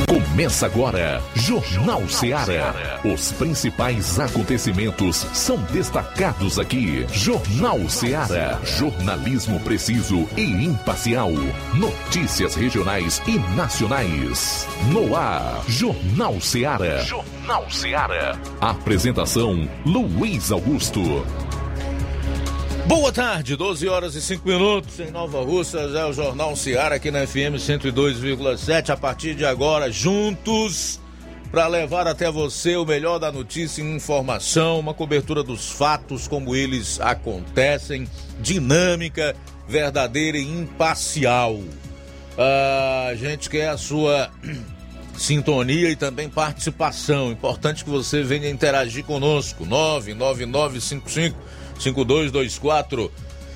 Começa agora, Jornal Ceará. Os principais acontecimentos são destacados aqui. Jornal Ceará. Jornalismo preciso e imparcial. Notícias regionais e nacionais. No ar, Jornal Ceará. Jornal Ceará. Apresentação, Luiz Augusto. Boa tarde, 12 horas e 5 minutos em Nova Russas, é o Jornal Ceará aqui na FM 102,7. A partir de agora, juntos, para levar até você o melhor da notícia e informação, uma cobertura dos fatos como eles acontecem, dinâmica, verdadeira e imparcial. A gente quer a sua sintonia e também participação. Importante que você venha interagir conosco. 99955-5224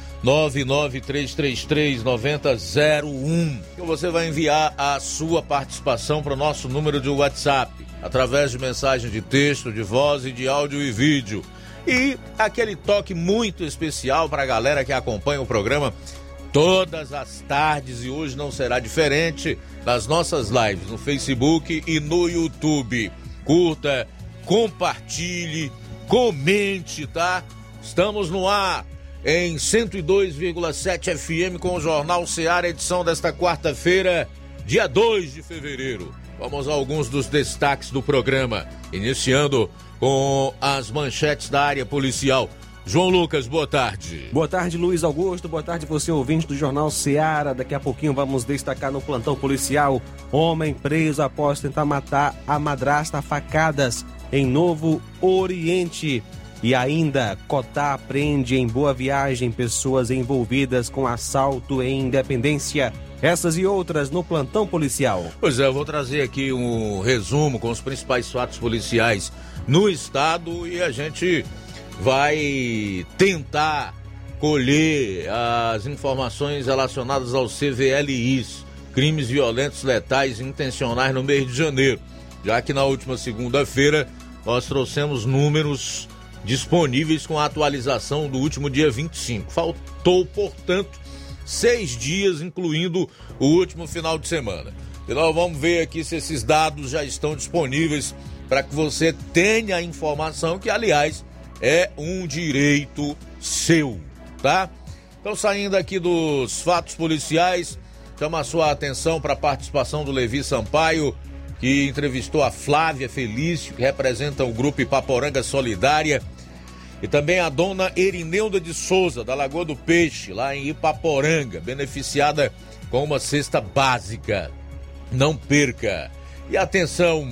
99333-9001. Você vai enviar a sua participação para o nosso número de WhatsApp, através de mensagem de texto, de voz e de áudio e vídeo. E aquele toque muito especial para a galera que acompanha o programa todas as tardes, e hoje não será diferente, nas nossas lives no Facebook e no YouTube. Curta, compartilhe, comente, tá? Estamos no ar em 102,7 FM com o Jornal Ceará, edição desta quarta-feira, dia 2 de fevereiro. Vamos a alguns dos destaques do programa, iniciando com as manchetes da área policial. João Lucas, boa tarde. Boa tarde, Luiz Augusto. Boa tarde, você ouvinte do Jornal Ceará. Daqui a pouquinho vamos destacar no plantão policial: homem preso após tentar matar a madrasta a facadas em Novo Oriente. E ainda, Cotá prende em Boa Viagem pessoas envolvidas com assalto em Independência. Essas e outras no plantão policial. Pois é, eu vou trazer aqui um resumo com os principais fatos policiais no estado e a gente vai tentar colher as informações relacionadas aos CVLIs, crimes violentos, letais e intencionais no mês de janeiro, já que na última segunda-feira nós trouxemos números disponíveis com a atualização do último dia 25. Faltou, portanto, 6 dias, incluindo o último final de semana. E nós vamos ver aqui se esses dados já estão disponíveis para que você tenha a informação que, aliás, é um direito seu, tá? Então, saindo aqui dos fatos policiais, chama a sua atenção para a participação do Levi Sampaio, que entrevistou a Flávia Felício, que representa o grupo Ipaporanga Solidária, e também a dona Erineuda de Souza, da Lagoa do Peixe, lá em Ipaporanga, beneficiada com uma cesta básica. Não perca! E atenção!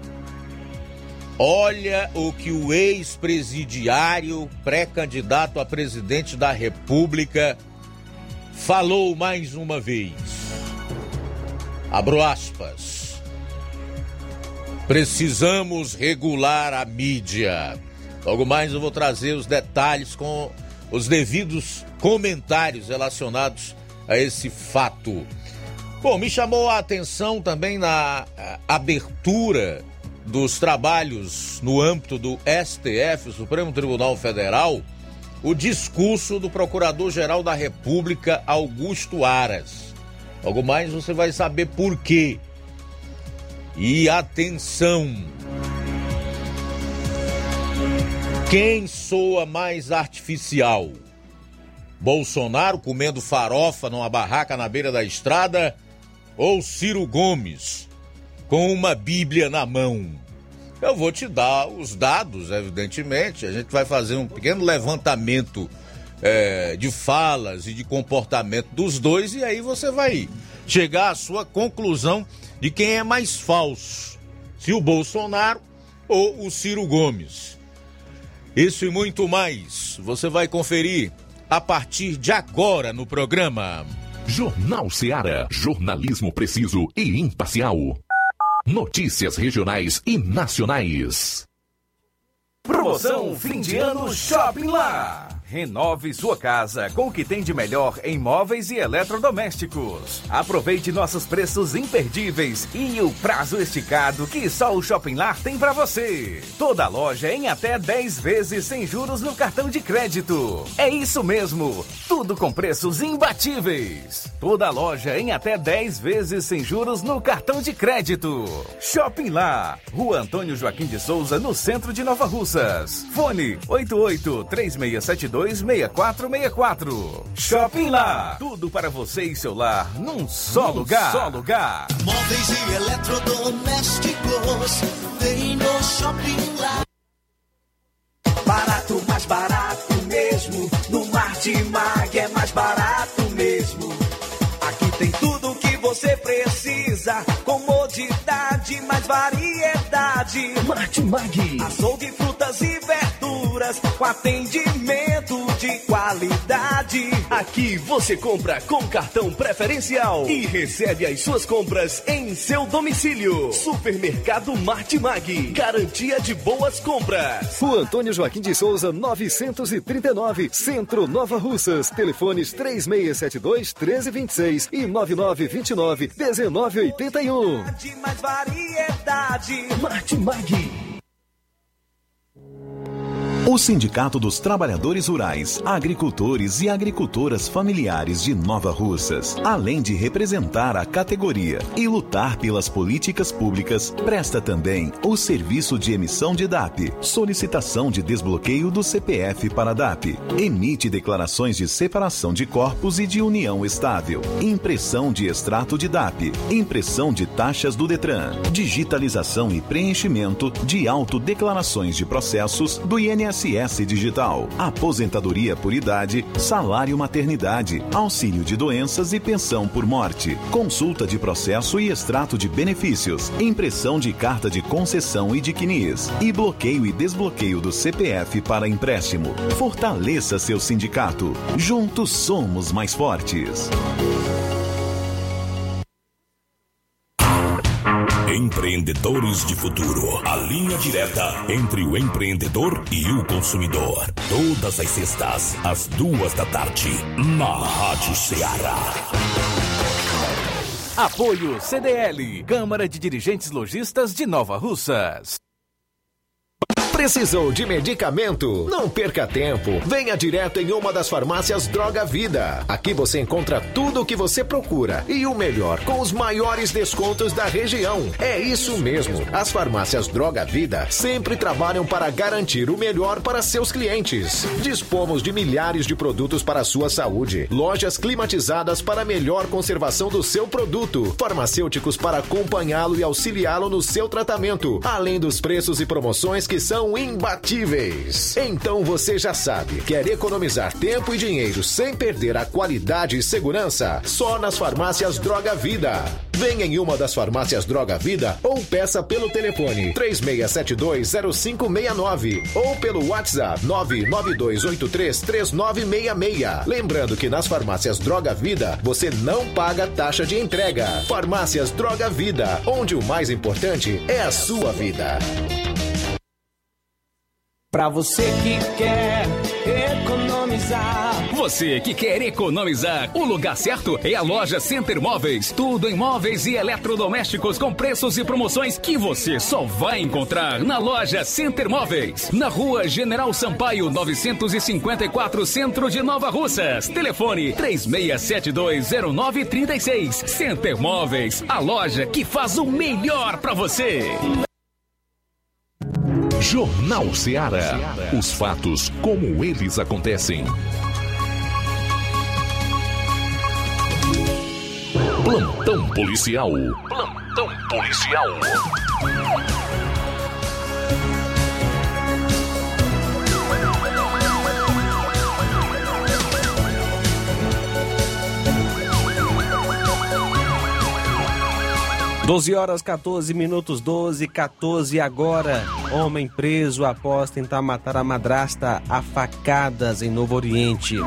Olha o que o ex-presidiário, pré-candidato a presidente da República, falou mais uma vez. Abro aspas. Precisamos regular a mídia. Logo mais eu vou trazer os detalhes com os devidos comentários relacionados a esse fato. Bom, me chamou a atenção também na abertura dos trabalhos no âmbito do STF, o Supremo Tribunal Federal, o discurso do Procurador-Geral da República, Augusto Aras. Logo mais você vai saber por quê. E atenção! Quem soa mais artificial? Bolsonaro comendo farofa numa barraca na beira da estrada ou Ciro Gomes com uma Bíblia na mão? Eu vou te dar os dados, evidentemente. A gente vai fazer um pequeno levantamento de falas e de comportamento dos dois, e aí você vai chegar à sua conclusão de quem é mais falso, se o Bolsonaro ou o Ciro Gomes. Isso e muito mais você vai conferir a partir de agora no programa. Jornal Ceará, jornalismo preciso e imparcial. Notícias regionais e nacionais. Promoção fim de ano Shopping Lá. Renove sua casa com o que tem de melhor em móveis e eletrodomésticos. Aproveite nossos preços imperdíveis e o prazo esticado que só o Shopping Lar tem para você. Toda loja em até 10 vezes sem juros no cartão de crédito. É isso mesmo, tudo com preços imbatíveis. Toda loja em até 10 vezes sem juros no cartão de crédito. Shopping Lar, Rua Antônio Joaquim de Souza, no centro de Nova Russas. Fone 88-3672-6464. Shopping Lar, tudo para você e seu lar num só lugar. Móveis e eletrodomésticos, vem no Shopping Lar. Barato, mais barato mesmo. No Martimag é mais barato mesmo. Aqui tem tudo o que você precisa. Comodidade, mais variedade. Martimag. Açougue, frutas e verduras com atendimento de qualidade. Aqui você compra com cartão preferencial e recebe as suas compras em seu domicílio. Supermercado Martimag, garantia de boas compras. Rua Antônio Joaquim de Souza, 939, Centro, Nova Russas. Telefones 3672-1326 e 9929-1981. Mais variedade. Martimag. O Sindicato dos Trabalhadores Rurais, Agricultores e Agricultoras Familiares de Nova Russas, além de representar a categoria e lutar pelas políticas públicas, presta também o serviço de emissão de DAP, solicitação de desbloqueio do CPF para DAP, emite declarações de separação de corpos e de união estável, impressão de extrato de DAP, impressão de taxas do Detran, digitalização e preenchimento de autodeclarações de processos do INSS Digital, aposentadoria por idade, salário maternidade, auxílio de doenças e pensão por morte, consulta de processo e extrato de benefícios, impressão de carta de concessão e de CNIS, e bloqueio e desbloqueio do CPF para empréstimo. Fortaleça seu sindicato. Juntos somos mais fortes. Empreendedores de Futuro. A linha direta entre o empreendedor e o consumidor. Todas as sextas, às 14h, na Rádio Ceará. Apoio CDL, Câmara de Dirigentes Lojistas de Nova Russas. Precisou de medicamento? Não perca tempo. Venha direto em uma das farmácias Droga Vida. Aqui você encontra tudo o que você procura e o melhor, com os maiores descontos da região. É isso mesmo. As farmácias Droga Vida sempre trabalham para garantir o melhor para seus clientes. Dispomos de milhares de produtos para a sua saúde. Lojas climatizadas para melhor conservação do seu produto. Farmacêuticos para acompanhá-lo e auxiliá-lo no seu tratamento. Além dos preços e promoções que são imbatíveis. Então você já sabe, quer economizar tempo e dinheiro sem perder a qualidade e segurança? Só nas farmácias Droga Vida. Venha em uma das farmácias Droga Vida ou peça pelo telefone 36720569 ou pelo WhatsApp 992833966. Lembrando que nas farmácias Droga Vida você não paga taxa de entrega. Farmácias Droga Vida, onde o mais importante é a sua vida. Pra você que quer economizar. Você que quer economizar, o lugar certo é a loja Center Móveis. Tudo em móveis e eletrodomésticos com preços e promoções que você só vai encontrar na loja Center Móveis. Na Rua General Sampaio, 954, Centro de Nova Russas. Telefone 36720936. Center Móveis, a loja que faz o melhor pra você. Jornal Ceará. Os fatos como eles acontecem. Plantão policial. Plantão policial. 12h14, 12h14 agora. Homem preso após tentar matar a madrasta a facadas em Novo Oriente.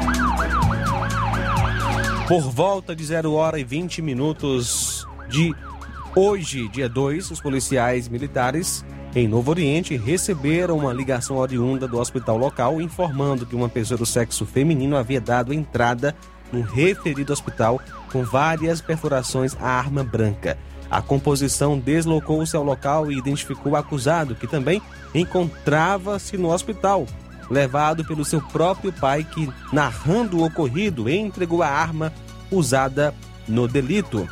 Por volta de 0h20 de hoje, dia 2, os policiais militares em Novo Oriente, receberam uma ligação oriunda do hospital local informando que uma pessoa do sexo feminino havia dado entrada no referido hospital com várias perfurações à arma branca. A composição deslocou-se ao local e identificou o acusado, que também encontrava-se no hospital, levado pelo seu próprio pai, que, narrando o ocorrido, entregou a arma usada no delito.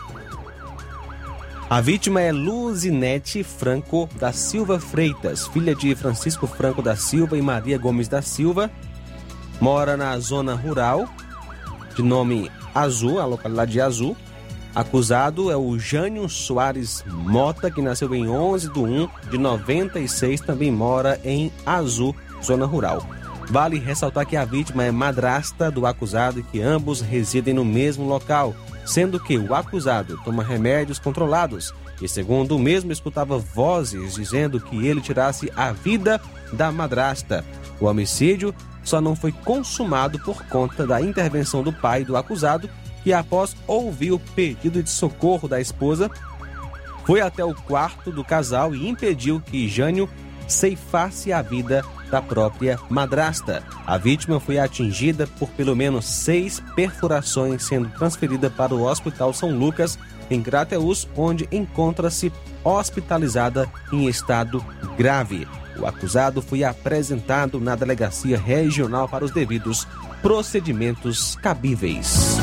A vítima é Luzinete Franco da Silva Freitas, filha de Francisco Franco da Silva e Maria Gomes da Silva. Mora na zona rural, de nome Azul, a localidade de Azul. Acusado é o Jânio Soares Mota, que nasceu em 11/1/96, também mora em Azul, zona rural. Vale ressaltar que a vítima é madrasta do acusado e que ambos residem no mesmo local, sendo que o acusado toma remédios controlados e, segundo o mesmo, escutava vozes dizendo que ele tirasse a vida da madrasta. O homicídio só não foi consumado por conta da intervenção do pai do acusado, que, após ouvir o pedido de socorro da esposa, foi até o quarto do casal e impediu que Jânio ceifasse a vida da própria madrasta. A vítima foi atingida por pelo menos 6 perfurações, sendo transferida para o Hospital São Lucas, em Crateús, onde encontra-se hospitalizada em estado grave. O acusado foi apresentado na Delegacia Regional para os devidos procedimentos cabíveis.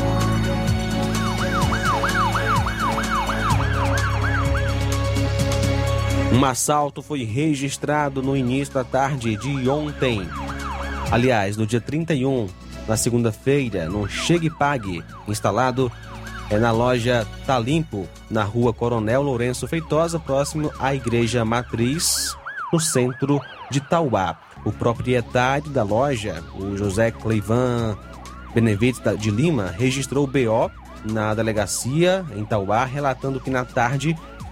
Um assalto foi registrado no início da tarde de ontem. Aliás, no dia 31, na segunda-feira, no Chegue Pague, instalado na loja Tá Limpo, na rua Coronel Lourenço Feitosa, próximo à Igreja Matriz, no centro de Tauá. O proprietário da loja, o José Cleivan Benevides de Lima, registrou o BO na delegacia em Tauá, relatando que na tarde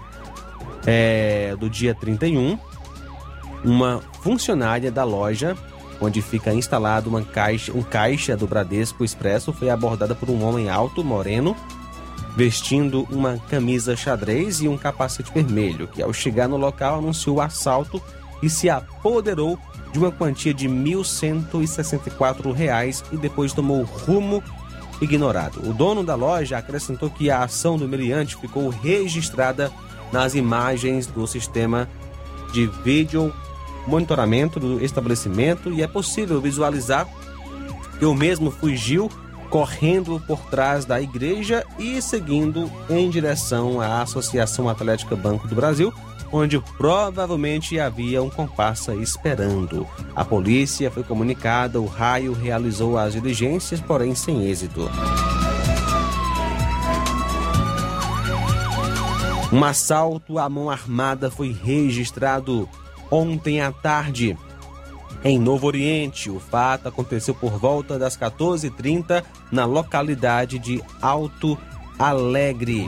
do dia 31, uma funcionária da loja, onde fica instalado um caixa do Bradesco Expresso, foi abordada por um homem alto, moreno, vestindo uma camisa xadrez e um capacete vermelho, que ao chegar no local anunciou o assalto e se apoderou de uma quantia de R$ 1.164 e depois tomou rumo ignorado. O dono da loja acrescentou que a ação do meliante ficou registrada nas imagens do sistema de vídeo monitoramento do estabelecimento e é possível visualizar que o mesmo fugiu correndo por trás da igreja e seguindo em direção à Associação Atlética Banco do Brasil, onde provavelmente havia um comparsa esperando. A polícia foi comunicada, o raio realizou as diligências, porém sem êxito. Um assalto à mão armada foi registrado ontem à tarde em Novo Oriente. O fato aconteceu por volta das 14h30 na localidade de Alto Alegre,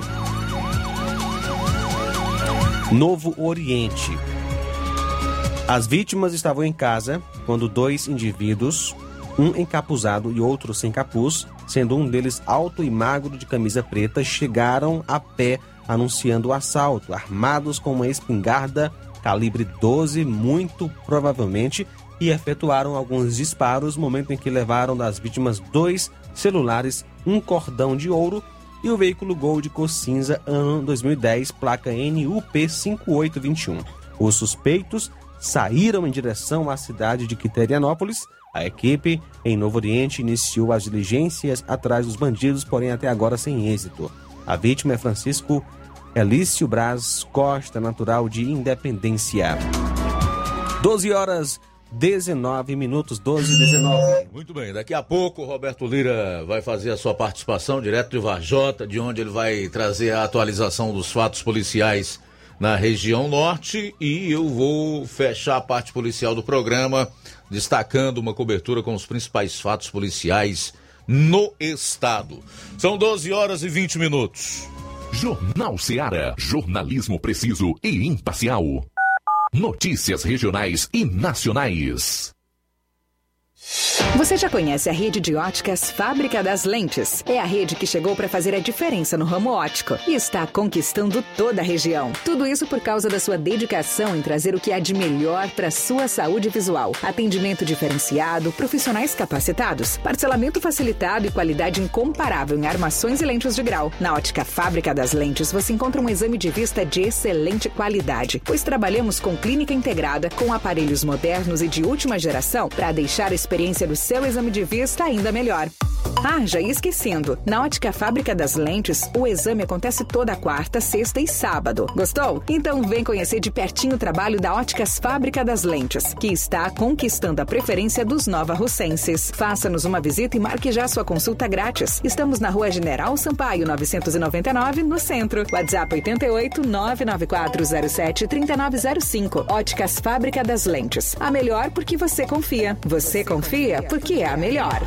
Novo Oriente. As vítimas estavam em casa quando 2 indivíduos, um encapuzado e outro sem capuz, sendo um deles alto e magro de camisa preta, chegaram a pé anunciando o assalto, armados com uma espingarda calibre 12, muito provavelmente, e efetuaram alguns disparos, momento em que levaram das vítimas 2 celulares, um cordão de ouro e o veículo Gol de cor cinza, ano 2010, placa NUP 5821. Os suspeitos saíram em direção à cidade de Quiterianópolis. A equipe em Novo Oriente iniciou as diligências atrás dos bandidos, porém até agora sem êxito. A vítima é Francisco Elício Braz Costa, natural de Independência. 12h19, 12h19. Muito bem, daqui a pouco o Roberto Lira vai fazer a sua participação direto de Varjota, de onde ele vai trazer a atualização dos fatos policiais na região norte, e eu vou fechar a parte policial do programa destacando uma cobertura com os principais fatos policiais no estado. São 12h20. Jornal Ceará, jornalismo preciso e imparcial. Notícias regionais e nacionais. Você já conhece a rede de óticas Fábrica das Lentes? É a rede que chegou para fazer a diferença no ramo óptico e está conquistando toda a região. Tudo isso por causa da sua dedicação em trazer o que há de melhor para sua saúde visual. Atendimento diferenciado, profissionais capacitados, parcelamento facilitado e qualidade incomparável em armações e lentes de grau. Na ótica Fábrica das Lentes você encontra um exame de vista de excelente qualidade, pois trabalhamos com clínica integrada, com aparelhos modernos e de última geração para deixar a experiência do seu exame de vista ainda melhor. Ah, já ia esquecendo. Na ótica Fábrica das Lentes, o exame acontece toda quarta, sexta e sábado. Gostou? Então vem conhecer de pertinho o trabalho da Óticas Fábrica das Lentes, que está conquistando a preferência dos novarrocenses. Faça-nos uma visita e marque já sua consulta grátis. Estamos na Rua General Sampaio, 999, no centro. WhatsApp 88 99407 3905. Óticas Fábrica das Lentes. A melhor porque você confia. Você confia porque é a melhor.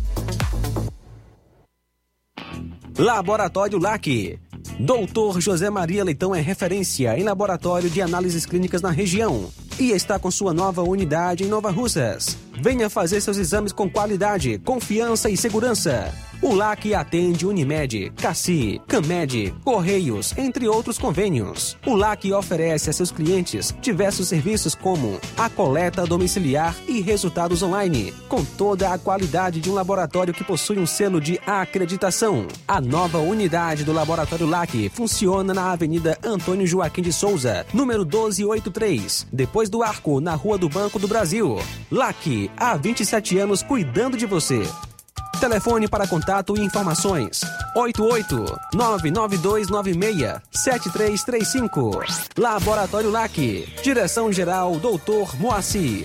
Laboratório LAC. Doutor José Maria Leitão é referência em laboratório de análises clínicas na região e está com sua nova unidade em Nova Russas. Venha fazer seus exames com qualidade, confiança e segurança. O LAC atende Unimed, Cassi, Camed, Correios, entre outros convênios. O LAC oferece a seus clientes diversos serviços como a coleta domiciliar e resultados online, com toda a qualidade de um laboratório que possui um selo de acreditação. A nova unidade do Laboratório LAC funciona na Avenida Antônio Joaquim de Souza, número 1283, depois do Arco, na Rua do Banco do Brasil. LAC, há 27 anos cuidando de você. Telefone para contato e informações: 88-99296-7335. Laboratório LAC. Direção-Geral Dr. Moacir.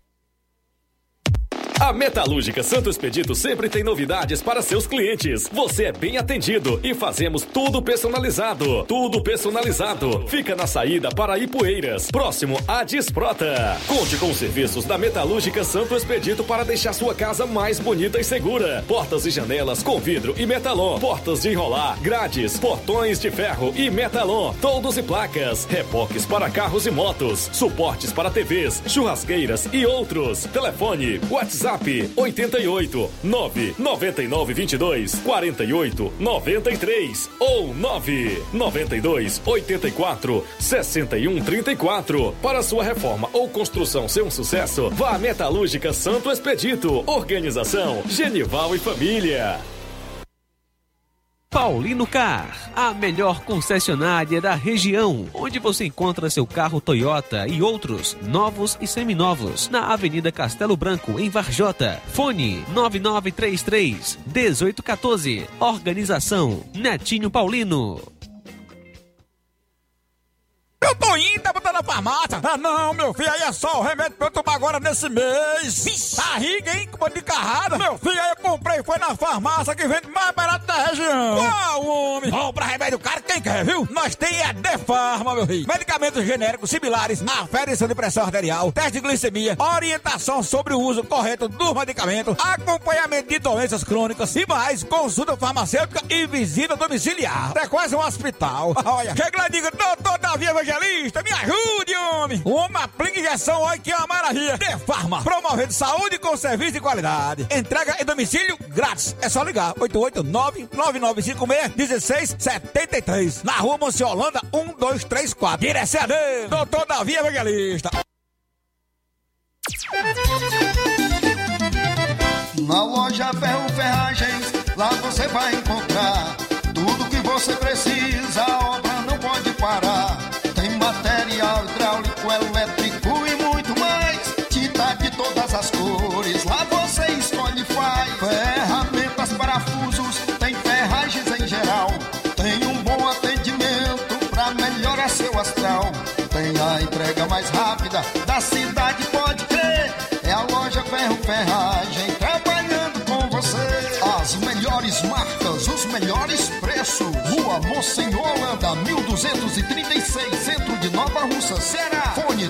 A Metalúrgica Santo Expedito sempre tem novidades para seus clientes. Você é bem atendido e fazemos tudo personalizado. Tudo personalizado. Fica na saída para Ipueiras, próximo à Desprota. Conte com os serviços da Metalúrgica Santo Expedito para deixar sua casa mais bonita e segura. Portas e janelas com vidro e metalon. Portas de enrolar, grades, portões de ferro e metalon. Toldos e placas. Reboques para carros e motos. Suportes para TVs, churrasqueiras e outros. Telefone, WhatsApp 88 999 22 48 93 ou 992 84 61 34. Para sua reforma ou construção ser um sucesso, vá à Metalúrgica Santo Expedito. Organização Genival e Família. Paulino Car, a melhor concessionária da região, onde você encontra seu carro Toyota e outros, novos e seminovos, na Avenida Castelo Branco, em Varjota. Fone 9933-1814. Organização Netinho Paulino. Eu tô indo, tá botando na farmácia. Ah, não, meu filho, aí é só o remédio pra eu tomar agora nesse mês. Barriga, hein, com de carrada. Meu filho, aí eu comprei, foi na farmácia que vende mais barato da região. Qual, homem? Compra remédio caro, quem quer, viu? Nós tem a Defarma, meu filho. Medicamentos genéricos similares, aferição de pressão arterial, teste de glicemia, orientação sobre o uso correto do medicamento, acompanhamento de doenças crônicas e mais, consulta farmacêutica e visita domiciliar. É quase um hospital. Olha, chega lá e diga, doutor Davi Evangelista, me ajude, homem! Uma aplica injeção, olha que é uma maravilha! Defarma, promovendo saúde com serviço de qualidade. Entrega em domicílio grátis. É só ligar, 889-9956-1673. Na Rua Monsiolanda, 1234. Direção a Deus, doutor Davi Evangelista. Na loja Ferro Ferragens, lá você vai encontrar tudo que você precisa, a obra não pode parar. Material hidráulico, elétrico e muito mais. Tinta de todas as cores, lá você escolhe e faz. Ferramentas, parafusos, tem ferragens em geral. Tem um bom atendimento pra melhorar seu astral. Tem a entrega mais rápida da cidade, pode crer. É a loja Ferro Ferragem trabalhando com você. As melhores marcas, os melhores preços. Rua Monsenhor Holanda, 1236, centro de Nova Russa, Ceará. Fone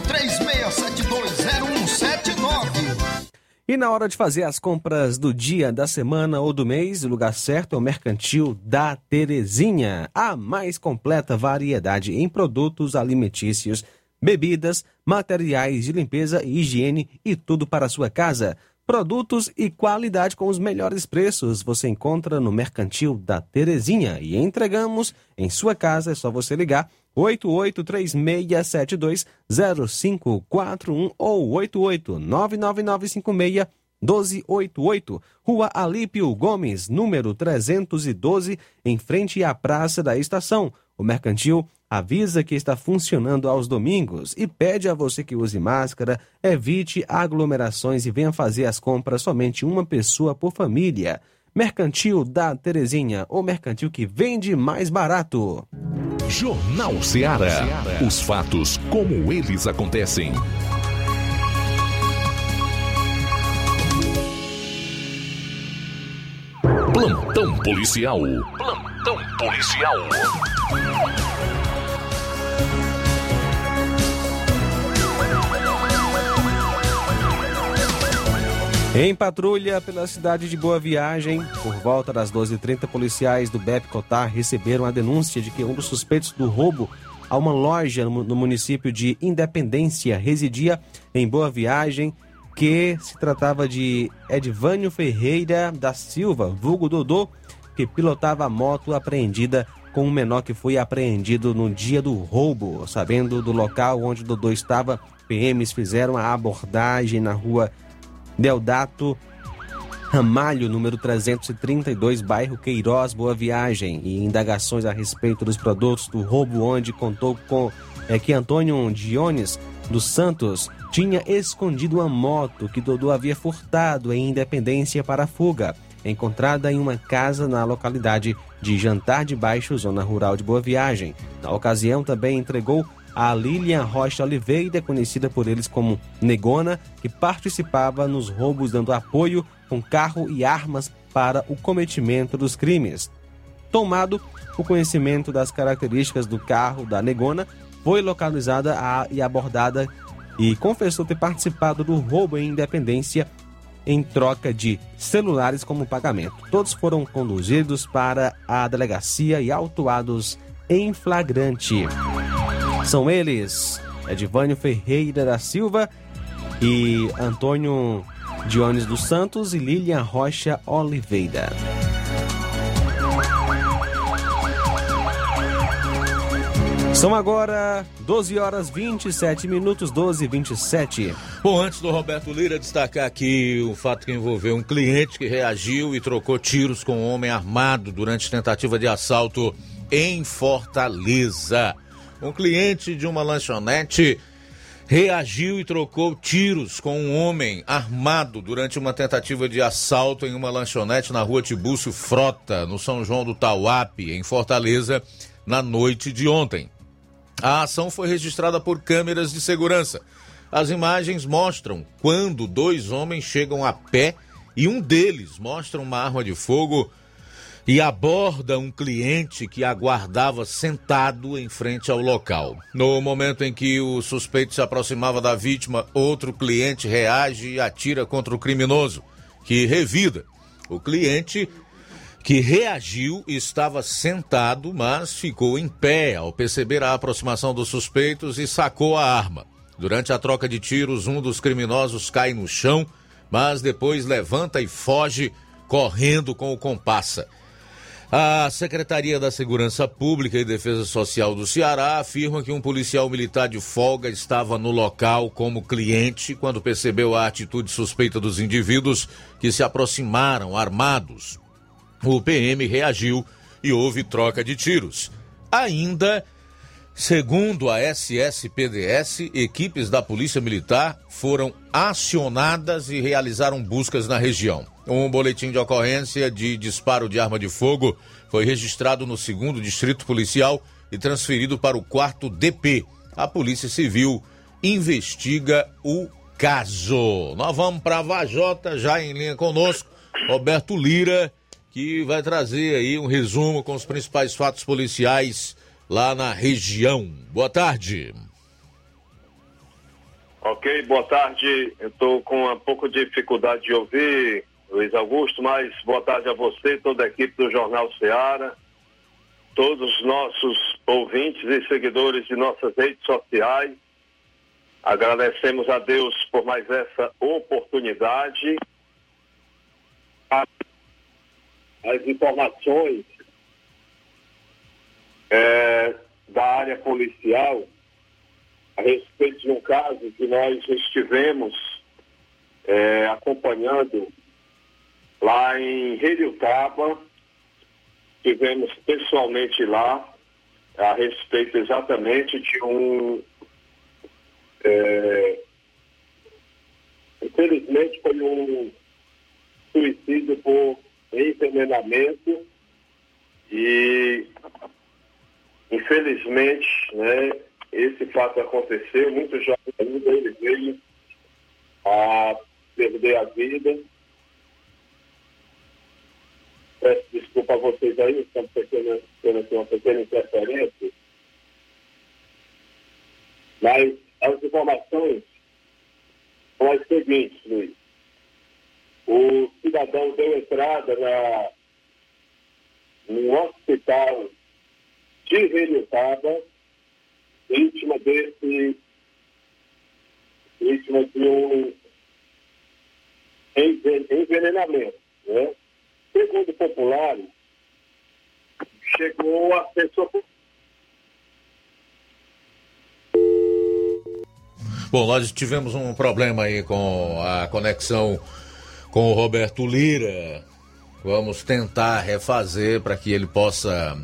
36720179. E na hora de fazer as compras do dia, da semana ou do mês, o lugar certo é o Mercantil da Terezinha. A mais completa variedade em produtos alimentícios, bebidas, materiais de limpeza e higiene e tudo para a sua casa. Produtos e qualidade com os melhores preços você encontra no Mercantil da Terezinha e entregamos em sua casa. É só você ligar 8836720541 ou 88-99956-1288, Rua Alípio Gomes, número 312, em frente à Praça da Estação. O Mercantil avisa que está funcionando aos domingos e pede a você que use máscara, evite aglomerações e venha fazer as compras somente uma pessoa por família. Mercantil da Terezinha, o mercantil que vende mais barato. Jornal Ceará. Os fatos como eles acontecem. Plantão policial. Plantão policial. Em patrulha pela cidade de Boa Viagem, por volta das 12h30, policiais do BEP Cotar receberam a denúncia de que um dos suspeitos do roubo a uma loja no município de Independência residia em Boa Viagem, que se tratava de Edvânio Ferreira da Silva, vulgo Dodô, que pilotava a moto apreendida com um menor que foi apreendido no dia do roubo. Sabendo do local onde Dodô estava, PMs fizeram a abordagem na rua Deodato Ramalho, número 332, bairro Queiroz, Boa Viagem, e indagações a respeito dos produtos do roubo, onde contou com que Antônio Dionis dos Santos tinha escondido uma moto que Dodô havia furtado em Independência para a fuga, encontrada em uma casa na localidade de Jantar de Baixo, zona rural de Boa Viagem. Na ocasião, também entregou a Lilian Rocha Oliveira, conhecida por eles como Negona, que participava nos roubos dando apoio com carro e armas para o cometimento dos crimes. Tomado o conhecimento das características do carro da Negona, foi localizada e abordada e confessou ter participado do roubo em Independência em troca de celulares como pagamento. Todos foram conduzidos para a delegacia e autuados em flagrante. São eles, Edvânio Ferreira da Silva e Antônio Dionis dos Santos e Lilian Rocha Oliveira. São agora 12h27, 12h27. Bom, antes do Roberto Lira destacar aqui o fato que envolveu um cliente que reagiu e trocou tiros com um homem armado durante tentativa de assalto em Fortaleza. Um cliente de uma lanchonete reagiu e trocou tiros com um homem armado durante uma tentativa de assalto em uma lanchonete na rua Tibúcio Frota, no São João do Tauape, em Fortaleza, na noite de ontem. A ação foi registrada por câmeras de segurança. As imagens mostram quando dois homens chegam a pé e um deles mostra uma arma de fogo e aborda um cliente que aguardava sentado em frente ao local. No momento em que o suspeito se aproximava da vítima, outro cliente reage e atira contra o criminoso, que revida. O cliente que reagiu estava sentado, mas ficou em pé ao perceber a aproximação dos suspeitos e sacou a arma. Durante a troca de tiros, um dos criminosos cai no chão, mas depois levanta e foge, correndo com o comparsa. A Secretaria da Segurança Pública e Defesa Social do Ceará afirma que um policial militar de folga estava no local como cliente quando percebeu a atitude suspeita dos indivíduos que se aproximaram armados. O PM reagiu e houve troca de tiros. Ainda, segundo a SSPDS, equipes da Polícia Militar foram acionadas e realizaram buscas na região. Um boletim de ocorrência de disparo de arma de fogo foi registrado no 2º Distrito Policial e transferido para o 4º DP. A Polícia Civil investiga o caso. Nós vamos para Vajota, já em linha conosco, Roberto Lira, que vai trazer aí um resumo com os principais fatos policiais lá na região. Boa tarde. Ok, boa tarde. Eu estou com um pouco de dificuldade de ouvir, Luiz Augusto, mas boa tarde a você, toda a equipe do Jornal Ceará, todos os nossos ouvintes e seguidores de nossas redes sociais. Agradecemos a Deus por mais essa oportunidade as informações da área policial a respeito de um caso que nós estivemos acompanhando lá em Heliotaba. Estivemos pessoalmente lá a respeito exatamente de infelizmente foi um suicídio por envenenamento e infelizmente, né, esse fato aconteceu, muito jovem ainda, ele veio a perder a vida. Peço desculpa a vocês aí, estamos tendo aqui uma pequena interferência. Mas as informações são as seguintes, Luiz. O cidadão deu entrada no hospital de Heliotaba, vítima de um envenenamento, né? Segundo populares, chegou a pessoa... Bom, nós tivemos um problema aí com a conexão com o Roberto Lira. Vamos tentar refazer para que ele possa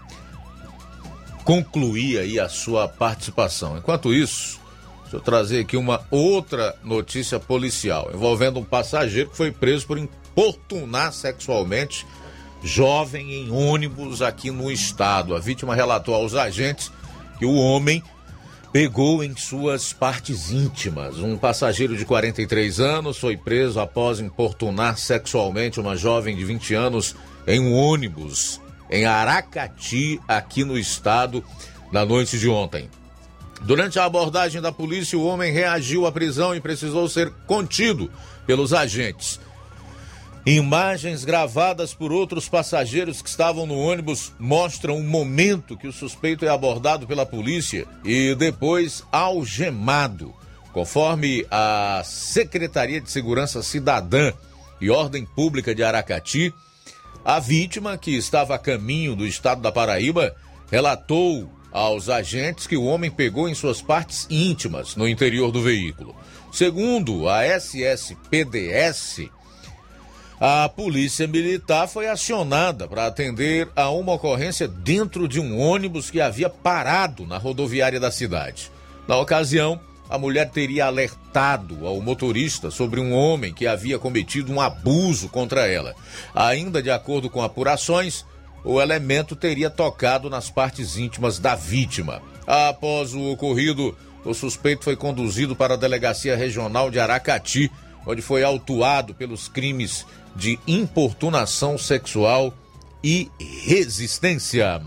concluir aí a sua participação. Enquanto isso, deixa eu trazer aqui uma outra notícia policial envolvendo um passageiro que foi preso por importunar sexualmente jovem em ônibus aqui no estado. A vítima relatou aos agentes que o homem pegou em suas partes íntimas. Um passageiro de 43 anos foi preso após importunar sexualmente uma jovem de 20 anos em um ônibus em Aracati, aqui no estado, na noite de ontem. Durante a abordagem da polícia, o homem reagiu à prisão e precisou ser contido pelos agentes. Imagens gravadas por outros passageiros que estavam no ônibus mostram o momento que o suspeito é abordado pela polícia e depois algemado. Conforme a Secretaria de Segurança Cidadã e Ordem Pública de Aracati, a vítima, que estava a caminho do estado da Paraíba, relatou aos agentes que o homem pegou em suas partes íntimas no interior do veículo. Segundo a SSPDS, a polícia militar foi acionada para atender a uma ocorrência dentro de um ônibus que havia parado na rodoviária da cidade. Na ocasião, a mulher teria alertado ao motorista sobre um homem que havia cometido um abuso contra ela. Ainda de acordo com apurações, o elemento teria tocado nas partes íntimas da vítima. Após o ocorrido, o suspeito foi conduzido para a Delegacia Regional de Aracati, onde foi autuado pelos crimes de importunação sexual e resistência.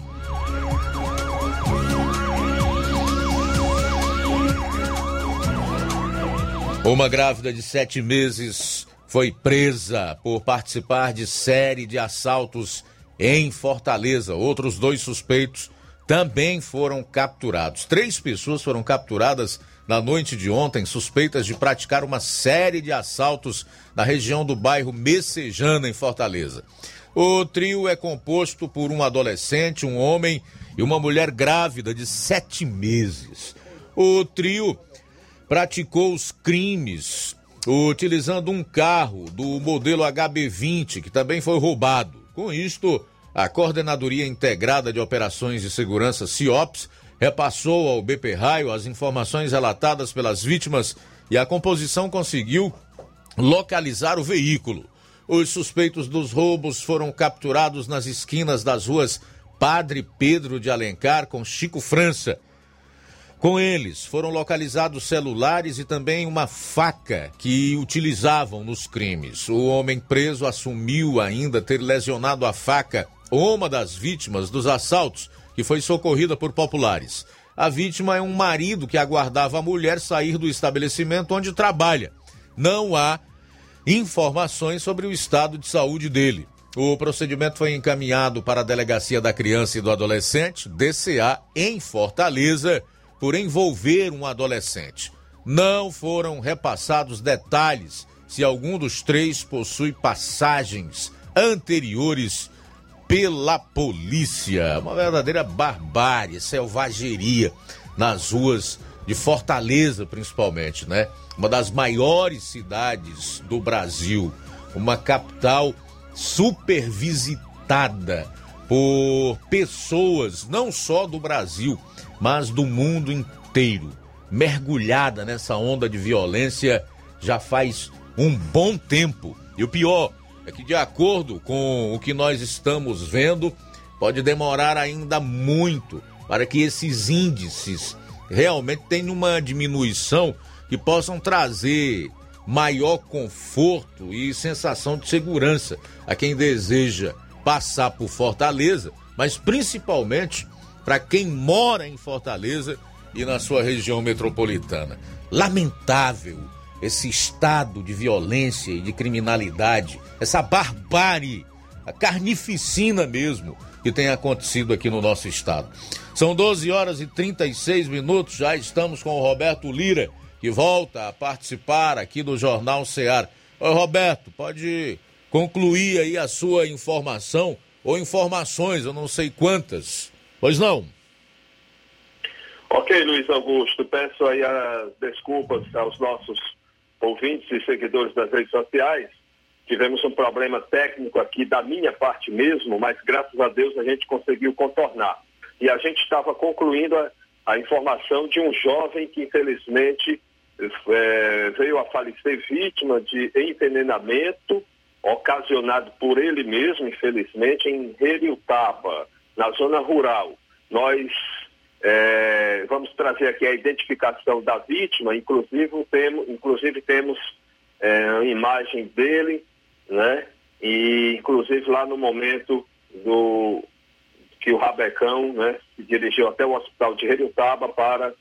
Uma grávida de 7 meses foi presa por participar de série de assaltos em Fortaleza. Outros 2 suspeitos também foram capturados. 3 pessoas foram capturadas na noite de ontem, suspeitas de praticar uma série de assaltos na região do bairro Messejana, em Fortaleza. O trio é composto por um adolescente, um homem e uma mulher grávida de 7 meses. O trio praticou os crimes utilizando um carro do modelo HB20, que também foi roubado. Com isto, a Coordenadoria Integrada de Operações de Segurança, CIOPS, repassou ao BP Raio as informações relatadas pelas vítimas e a composição conseguiu localizar o veículo. Os suspeitos dos roubos foram capturados nas esquinas das ruas Padre Pedro de Alencar com Chico França. Com eles foram localizados celulares e também uma faca que utilizavam nos crimes. O homem preso assumiu ainda ter lesionado a faca uma das vítimas dos assaltos, que foi socorrida por populares. A vítima é um marido que aguardava a mulher sair do estabelecimento onde trabalha. Não há informações sobre o estado de saúde dele. O procedimento foi encaminhado para a Delegacia da Criança e do Adolescente, DCA, em Fortaleza, por envolver um adolescente. Não foram repassados detalhes se algum dos 3 possui passagens anteriores pela polícia. Uma verdadeira barbárie, selvageria nas ruas de Fortaleza, principalmente, né? Uma das maiores cidades do Brasil, uma capital super visitada por pessoas não só do Brasil, mas do mundo inteiro, mergulhada nessa onda de violência já faz um bom tempo. E o pior é que, de acordo com o que nós estamos vendo, pode demorar ainda muito para que esses índices realmente tenham uma diminuição que possam trazer maior conforto e sensação de segurança a quem deseja passar por Fortaleza, mas principalmente para quem mora em Fortaleza e na sua região metropolitana. Lamentável esse estado de violência e de criminalidade, essa barbárie, a carnificina mesmo que tem acontecido aqui no nosso estado. São 12h36, já estamos com o Roberto Lira, que volta a participar aqui do Jornal Ceará. Oi, Roberto, pode concluir aí a sua informação ou informações, eu não sei quantas. Pois não? Ok, Luiz Augusto, peço aí as desculpas aos nossos ouvintes e seguidores das redes sociais. Tivemos um problema técnico aqui da minha parte mesmo, mas graças a Deus a gente conseguiu contornar. E a gente estava concluindo a informação de um jovem que infelizmente veio a falecer vítima de envenenamento ocasionado por ele mesmo, infelizmente, em Heriutaba, na zona rural. Nós vamos trazer aqui a identificação da vítima, inclusive temos a imagem dele, né? E inclusive lá no momento que o Rabecão, né, se dirigiu até o hospital de Heriutaba para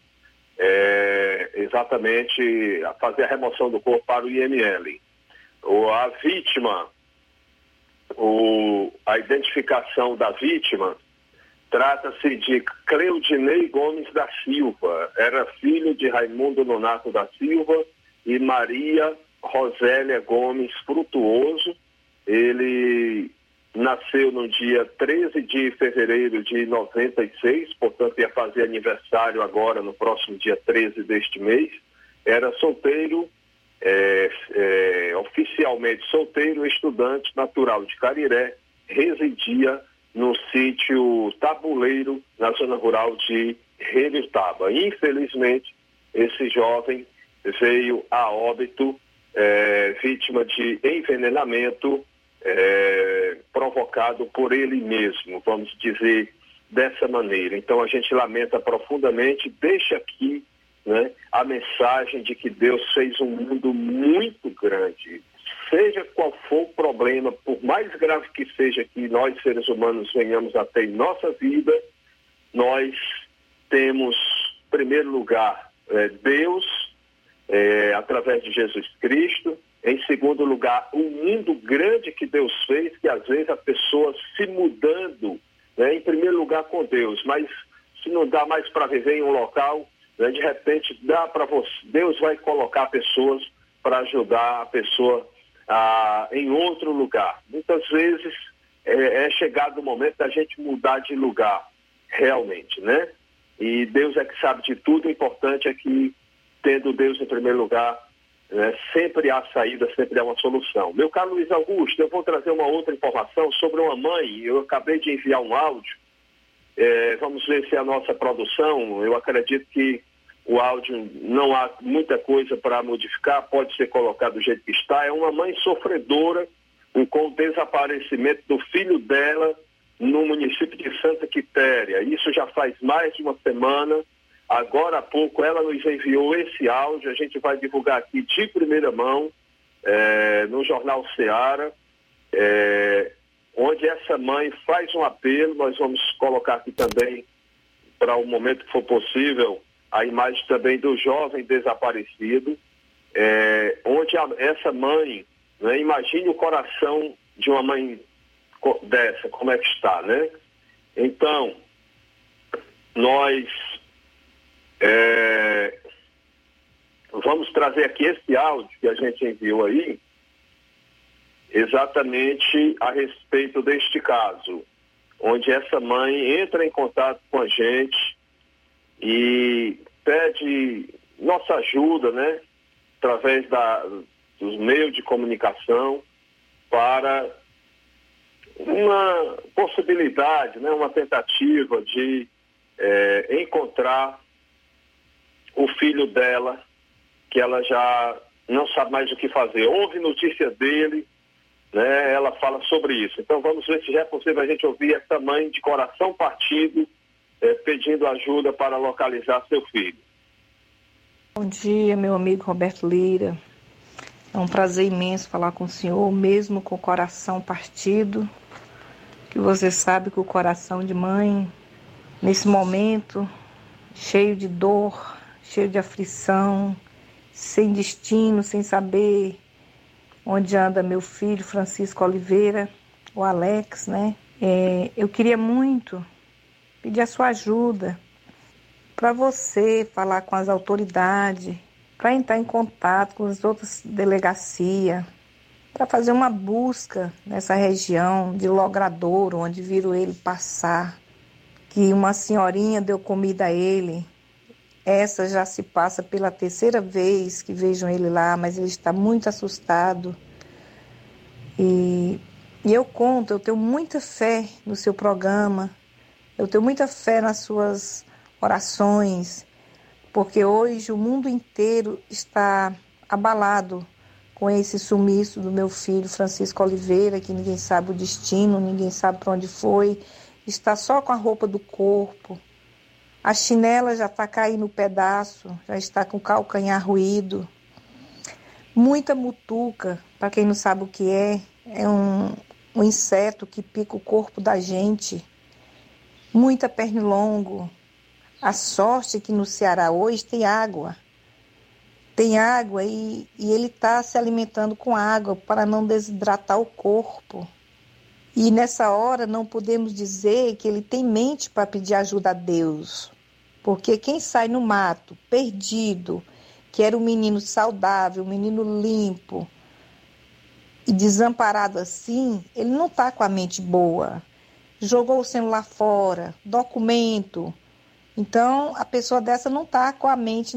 exatamente fazer a remoção do corpo para o IML. A vítima, a identificação da vítima, trata-se de Cleudinei Gomes da Silva, era filho de Raimundo Nonato da Silva e Maria Rosélia Gomes Frutuoso. Ele nasceu no dia 13 de fevereiro de 96, portanto ia fazer aniversário agora no próximo dia 13 deste mês. Era solteiro, oficialmente solteiro, estudante natural de Cariré, residia no sítio Tabuleiro, na zona rural de Heriutaba. Infelizmente, esse jovem veio a óbito, vítima de envenenamento provocado por ele mesmo, vamos dizer dessa maneira. Então a gente lamenta profundamente, deixa aqui, né, a mensagem de que Deus fez um mundo muito grande. Seja qual for o problema, por mais grave que seja que nós seres humanos venhamos a ter em nossa vida, nós temos, em primeiro lugar, Deus, através de Jesus Cristo. Em segundo lugar, o mundo grande que Deus fez, que às vezes a pessoa se mudando, né, em primeiro lugar com Deus, mas se não dá mais para viver em um local, né, de repente dá para você, Deus vai colocar pessoas para ajudar a pessoa em outro lugar. Muitas vezes é chegado o momento da gente mudar de lugar, realmente, né? E Deus é que sabe de tudo. O importante é que, tendo Deus em primeiro lugar, sempre há saída, sempre há uma solução. Meu caro Luiz Augusto, eu vou trazer uma outra informação sobre uma mãe. Eu acabei de enviar um áudio. Vamos ver se a nossa produção, eu acredito que o áudio não há muita coisa para modificar, pode ser colocado do jeito que está. É uma mãe sofredora com o desaparecimento do filho dela no município de Santa Quitéria. Isso já faz mais de uma semana. Agora há pouco ela nos enviou esse áudio, a gente vai divulgar aqui de primeira mão no Jornal Ceará, onde essa mãe faz um apelo. Nós vamos colocar aqui também, para o momento que for possível, a imagem também do jovem desaparecido, onde essa mãe, né, imagine o coração de uma mãe dessa, como é que está, né? Então, nós vamos trazer aqui esse áudio que a gente enviou aí, exatamente a respeito deste caso, onde essa mãe entra em contato com a gente e pede nossa ajuda, né, através dos meios de comunicação, para uma possibilidade, né, uma tentativa de encontrar o filho dela, que ela já não sabe mais o que fazer. Houve notícia dele, né, ela fala sobre isso. Então vamos ver se já é possível a gente ouvir essa mãe de coração partido pedindo ajuda para localizar seu filho. Bom dia, meu amigo Roberto Lira. É um prazer imenso falar com o senhor, mesmo com o coração partido, que você sabe que o coração de mãe, nesse momento, cheio de dor, cheio de aflição, sem destino, sem saber onde anda meu filho Francisco Oliveira, o Alex, né? Eu queria muito pedir a sua ajuda para você falar com as autoridades, para entrar em contato com as outras delegacias, para fazer uma busca nessa região de Logradouro, onde viram ele passar, que uma senhorinha deu comida a ele. Essa já se passa pela 3ª vez que vejam ele lá, mas ele está muito assustado. E eu tenho muita fé no seu programa, eu tenho muita fé nas suas orações, porque hoje o mundo inteiro está abalado com esse sumiço do meu filho Francisco Oliveira, que ninguém sabe o destino, ninguém sabe para onde foi, está só com a roupa do corpo. A chinela já está caindo no pedaço, já está com o calcanhar ruído. Muita mutuca, para quem não sabe o que é um inseto que pica o corpo da gente. Muita pernilongo. A sorte é que no Ceará hoje tem água. Tem água e ele está se alimentando com água para não desidratar o corpo. E nessa hora não podemos dizer que ele tem mente para pedir ajuda a Deus. Porque quem sai no mato, perdido, que era um menino saudável, um menino limpo e desamparado assim, ele não está com a mente boa. Jogou o celular fora, documento. Então, a pessoa dessa não está com a mente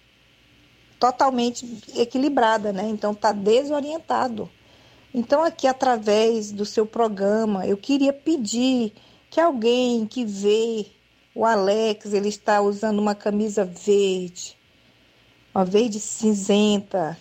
totalmente equilibrada, né? Então, está desorientado. Então, aqui, através do seu programa, eu queria pedir que alguém que vê o Alex, ele está usando uma camisa verde, uma verde cinzenta,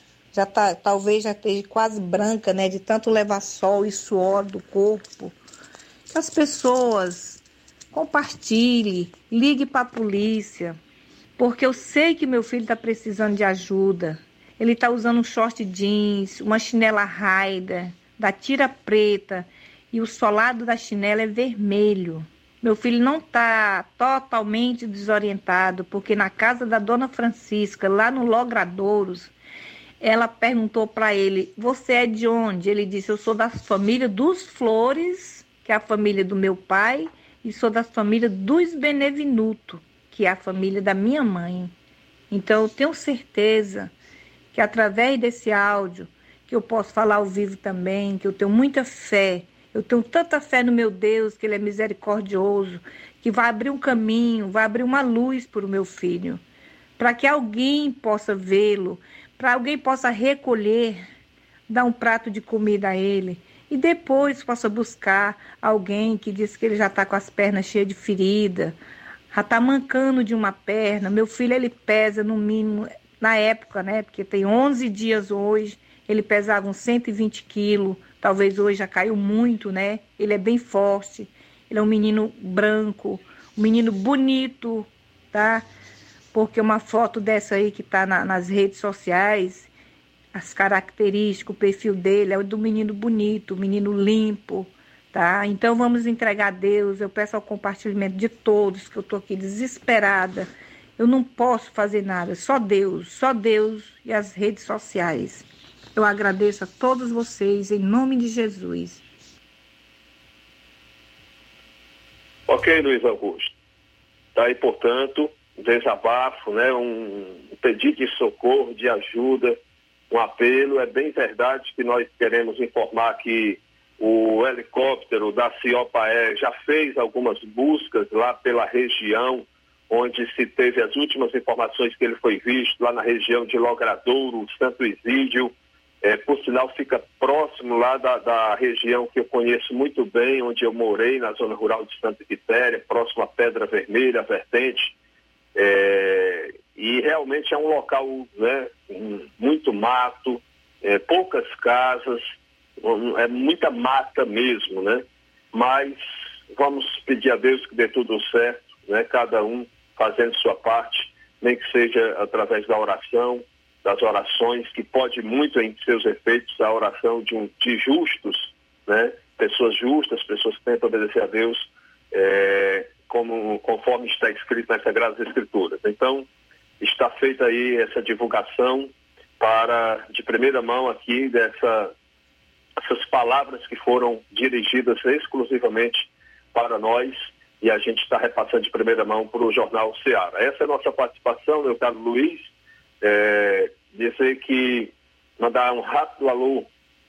talvez já esteja quase branca, né? De tanto levar sol e suor do corpo. Que as pessoas compartilhem, ligue para a polícia, porque eu sei que meu filho está precisando de ajuda. Ele está usando um short jeans, uma chinela Raider, da tira preta, e o solado da chinela é vermelho. Meu filho não está totalmente desorientado, porque na casa da dona Francisca, lá no Logradouros, ela perguntou para ele, você é de onde? Ele disse, eu sou da família dos Flores, que é a família do meu pai, e sou da família dos Benevenuto, que é a família da minha mãe. Então eu tenho certeza que através desse áudio, que eu posso falar ao vivo também, que eu tenho muita fé, eu tenho tanta fé no meu Deus, que Ele é misericordioso, que vai abrir um caminho, vai abrir uma luz para o meu filho, para que alguém possa vê-lo, para alguém possa recolher, dar um prato de comida a ele, e depois possa buscar alguém que diz que ele já está com as pernas cheias de ferida, já está mancando de uma perna. Meu filho, ele pesa no mínimo, na época, né, porque tem 11 dias hoje, ele pesava uns 120 quilos, talvez hoje já caiu muito, né? Ele é bem forte, ele é um menino branco, um menino bonito, tá? Porque uma foto dessa aí que tá nas redes sociais, as características, o perfil dele é do menino bonito, menino limpo, tá? Então vamos entregar a Deus, eu peço ao compartilhamento de todos, que eu tô aqui desesperada, eu não posso fazer nada, só Deus e as redes sociais. Eu agradeço a todos vocês, em nome de Jesus. Ok, Luiz Augusto. Tá aí, portanto, um desabafo, né? Um pedido de socorro, de ajuda um apelo. É bem verdade que nós queremos informar que o helicóptero da Ciopaé já fez algumas buscas lá pela região, onde se teve as últimas informações que ele foi visto lá na região de Logradouro, Santo Isídio. Por sinal, fica próximo lá da região que eu conheço muito bem, onde eu morei, na zona rural de Santa Quitéria, próximo à Pedra Vermelha, a Vertente. E realmente é um local, né, muito mato, poucas casas, é muita mata mesmo, né? Mas vamos pedir a Deus que dê tudo certo, né? Cada um fazendo sua parte, nem que seja através da oração, das orações, que pode muito em seus efeitos a oração de justos, né? Pessoas justas, pessoas que tentam obedecer a Deus, conforme está escrito nas Sagradas Escrituras. Então, está feita aí essa divulgação de primeira mão aqui essas palavras que foram dirigidas exclusivamente para nós, e a gente está repassando de primeira mão para o Jornal Ceará. Essa é a nossa participação, meu caro Luiz. Dizer que mandar um rápido alô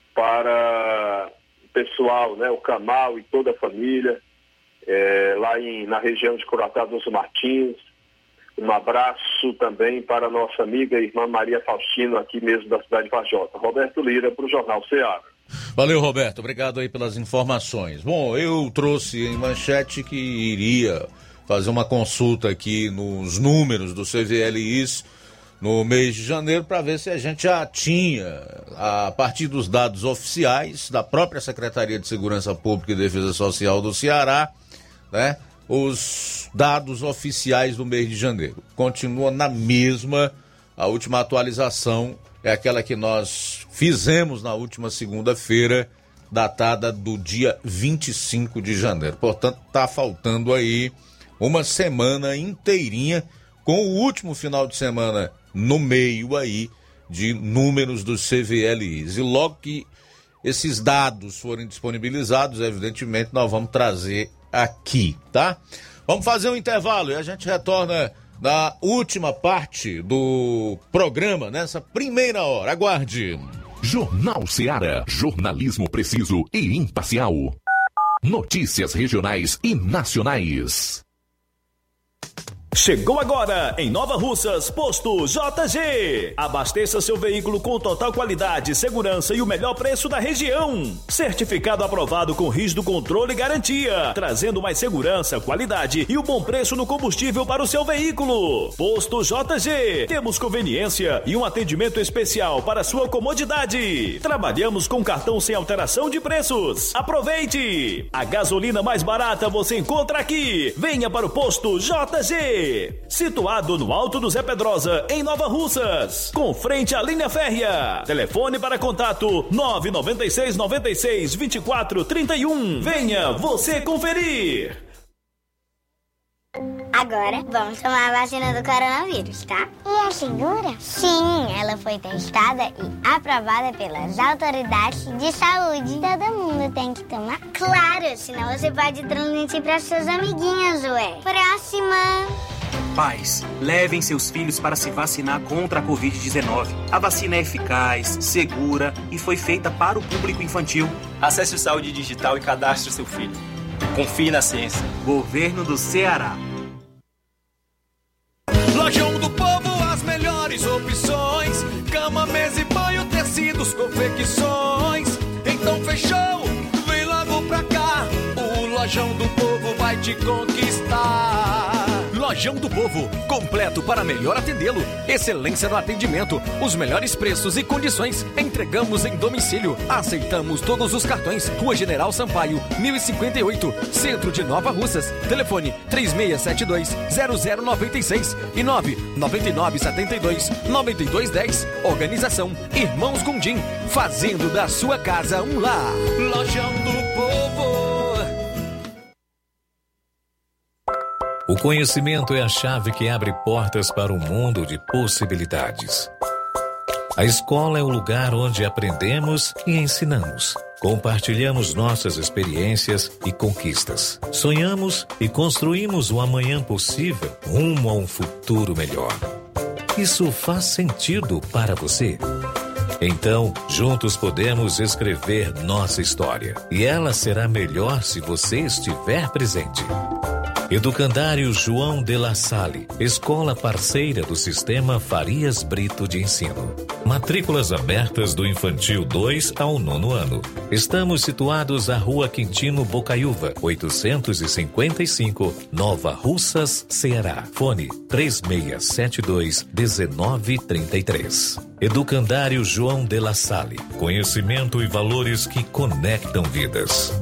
para o pessoal, né, o Camal e toda a família, lá na região de Coroatá dos Martins. Um abraço também para a nossa amiga e irmã Maria Faustino, aqui mesmo da cidade de Vajota. Roberto Lira, para o Jornal Ceará. Valeu, Roberto. Obrigado aí pelas informações. Bom, eu trouxe em manchete que iria fazer uma consulta aqui nos números do CVLIs no mês de janeiro para ver se a gente já tinha, a partir dos dados oficiais da própria Secretaria de Segurança Pública e Defesa Social do Ceará, né, os dados oficiais do mês de janeiro. Continua na mesma, a última atualização é aquela que nós fizemos na última segunda-feira, datada do dia 25 de janeiro. Portanto, está faltando aí uma semana inteirinha, com o último final de semana no meio aí de números dos CVLIs. E logo que esses dados forem disponibilizados, evidentemente, nós vamos trazer aqui, tá? Vamos fazer um intervalo e a gente retorna na última parte do programa, nessa primeira hora. Aguarde. Jornal Ceará, jornalismo preciso e imparcial. Notícias regionais e nacionais. Chegou agora, em Nova Russas, Posto JG. Abasteça seu veículo com total qualidade, segurança e o melhor preço da região. Certificado aprovado com rígido controle e garantia, trazendo mais segurança, qualidade e o bom preço no combustível para o seu veículo. Posto JG. Temos conveniência e um atendimento especial para sua comodidade. Trabalhamos com cartão sem alteração de preços. Aproveite! A gasolina mais barata você encontra aqui. Venha para o Posto JG. Situado no Alto do Zé Pedrosa, em Nova Russas, com frente à linha férrea. Telefone para contato 996-96-2431. Venha você conferir. Agora vamos tomar a vacina do coronavírus, tá? E é segura? Sim, ela foi testada e aprovada pelas autoridades de saúde. Todo mundo tem que tomar? Claro, senão você pode transmitir para seus amiguinhos, ué. Próxima! Pais, levem seus filhos para se vacinar contra a Covid-19. A vacina é eficaz, segura e foi feita para o público infantil. Acesse o Saúde Digital e cadastre seu filho. Confie na ciência. Governo do Ceará. Lojão do Povo, as melhores opções: cama, mesa e banho, tecidos, confecções. Então fechou, vem logo pra cá. O Lojão do Povo vai te conquistar. Lojão do Povo, completo para melhor atendê-lo. Excelência no atendimento, os melhores preços e condições. Entregamos em domicílio. Aceitamos todos os cartões. Rua General Sampaio, 1058, Centro de Nova Russas. Telefone 3672-0096 e 99972-9210. Organização Irmãos Gondim, fazendo da sua casa um lar. Lojão do Povo. O conhecimento é a chave que abre portas para um mundo de possibilidades. A escola é o lugar onde aprendemos e ensinamos. Compartilhamos nossas experiências e conquistas. Sonhamos e construímos o amanhã possível rumo a um futuro melhor. Isso faz sentido para você? Então, juntos podemos escrever nossa história. E ela será melhor se você estiver presente. Educandário João de La Salle, escola parceira do Sistema Farias Brito de Ensino. Matrículas abertas do Infantil 2 ao 9º ano. Estamos situados à Rua Quintino Bocaiúva, 855, Nova Russas, Ceará. Fone 3672-1933. Educandário João de La Salle. Conhecimento e valores que conectam vidas.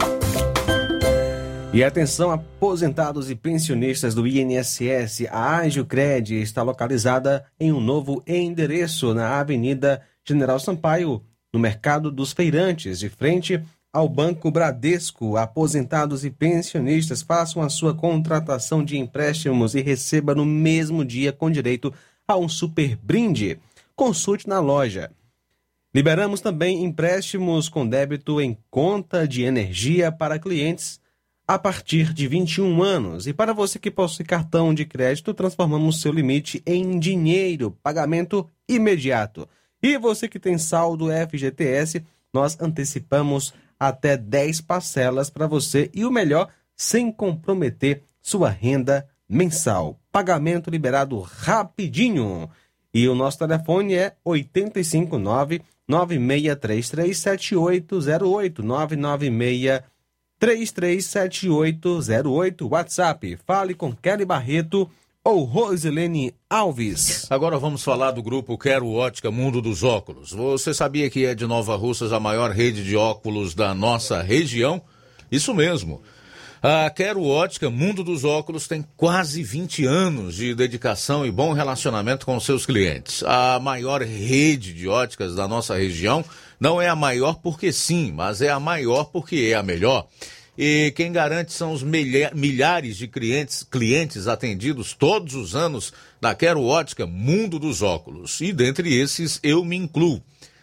E atenção, aposentados e pensionistas do INSS, a Agiocred está localizada em um novo endereço na Avenida General Sampaio, no Mercado dos Feirantes, de frente ao Banco Bradesco. Aposentados e pensionistas, façam a sua contratação de empréstimos e receba no mesmo dia com direito a um super brinde. Consulte na loja. Liberamos também empréstimos com débito em conta de energia para clientes a partir de 21 anos. E para você que possui cartão de crédito, transformamos seu limite em dinheiro, pagamento imediato. E você que tem saldo FGTS, nós antecipamos até 10 parcelas para você e o melhor, sem comprometer sua renda mensal. Pagamento liberado rapidinho. E o nosso telefone é 859-9633-7808, 996-337808, WhatsApp. Fale com Kelly Barreto ou Rosilene Alves. Agora vamos falar do grupo Quero Ótica Mundo dos Óculos. Você sabia que é de Nova Russas a maior rede de óculos da nossa região? Isso mesmo. A Quero Ótica Mundo dos Óculos tem quase 20 anos de dedicação e bom relacionamento com seus clientes. A maior rede de óticas da nossa região não é a maior porque sim, mas é a maior porque é a melhor. E quem garante são os milhares de clientes atendidos todos os anos da Quero Ótica Mundo dos Óculos. E dentre esses eu me incluo.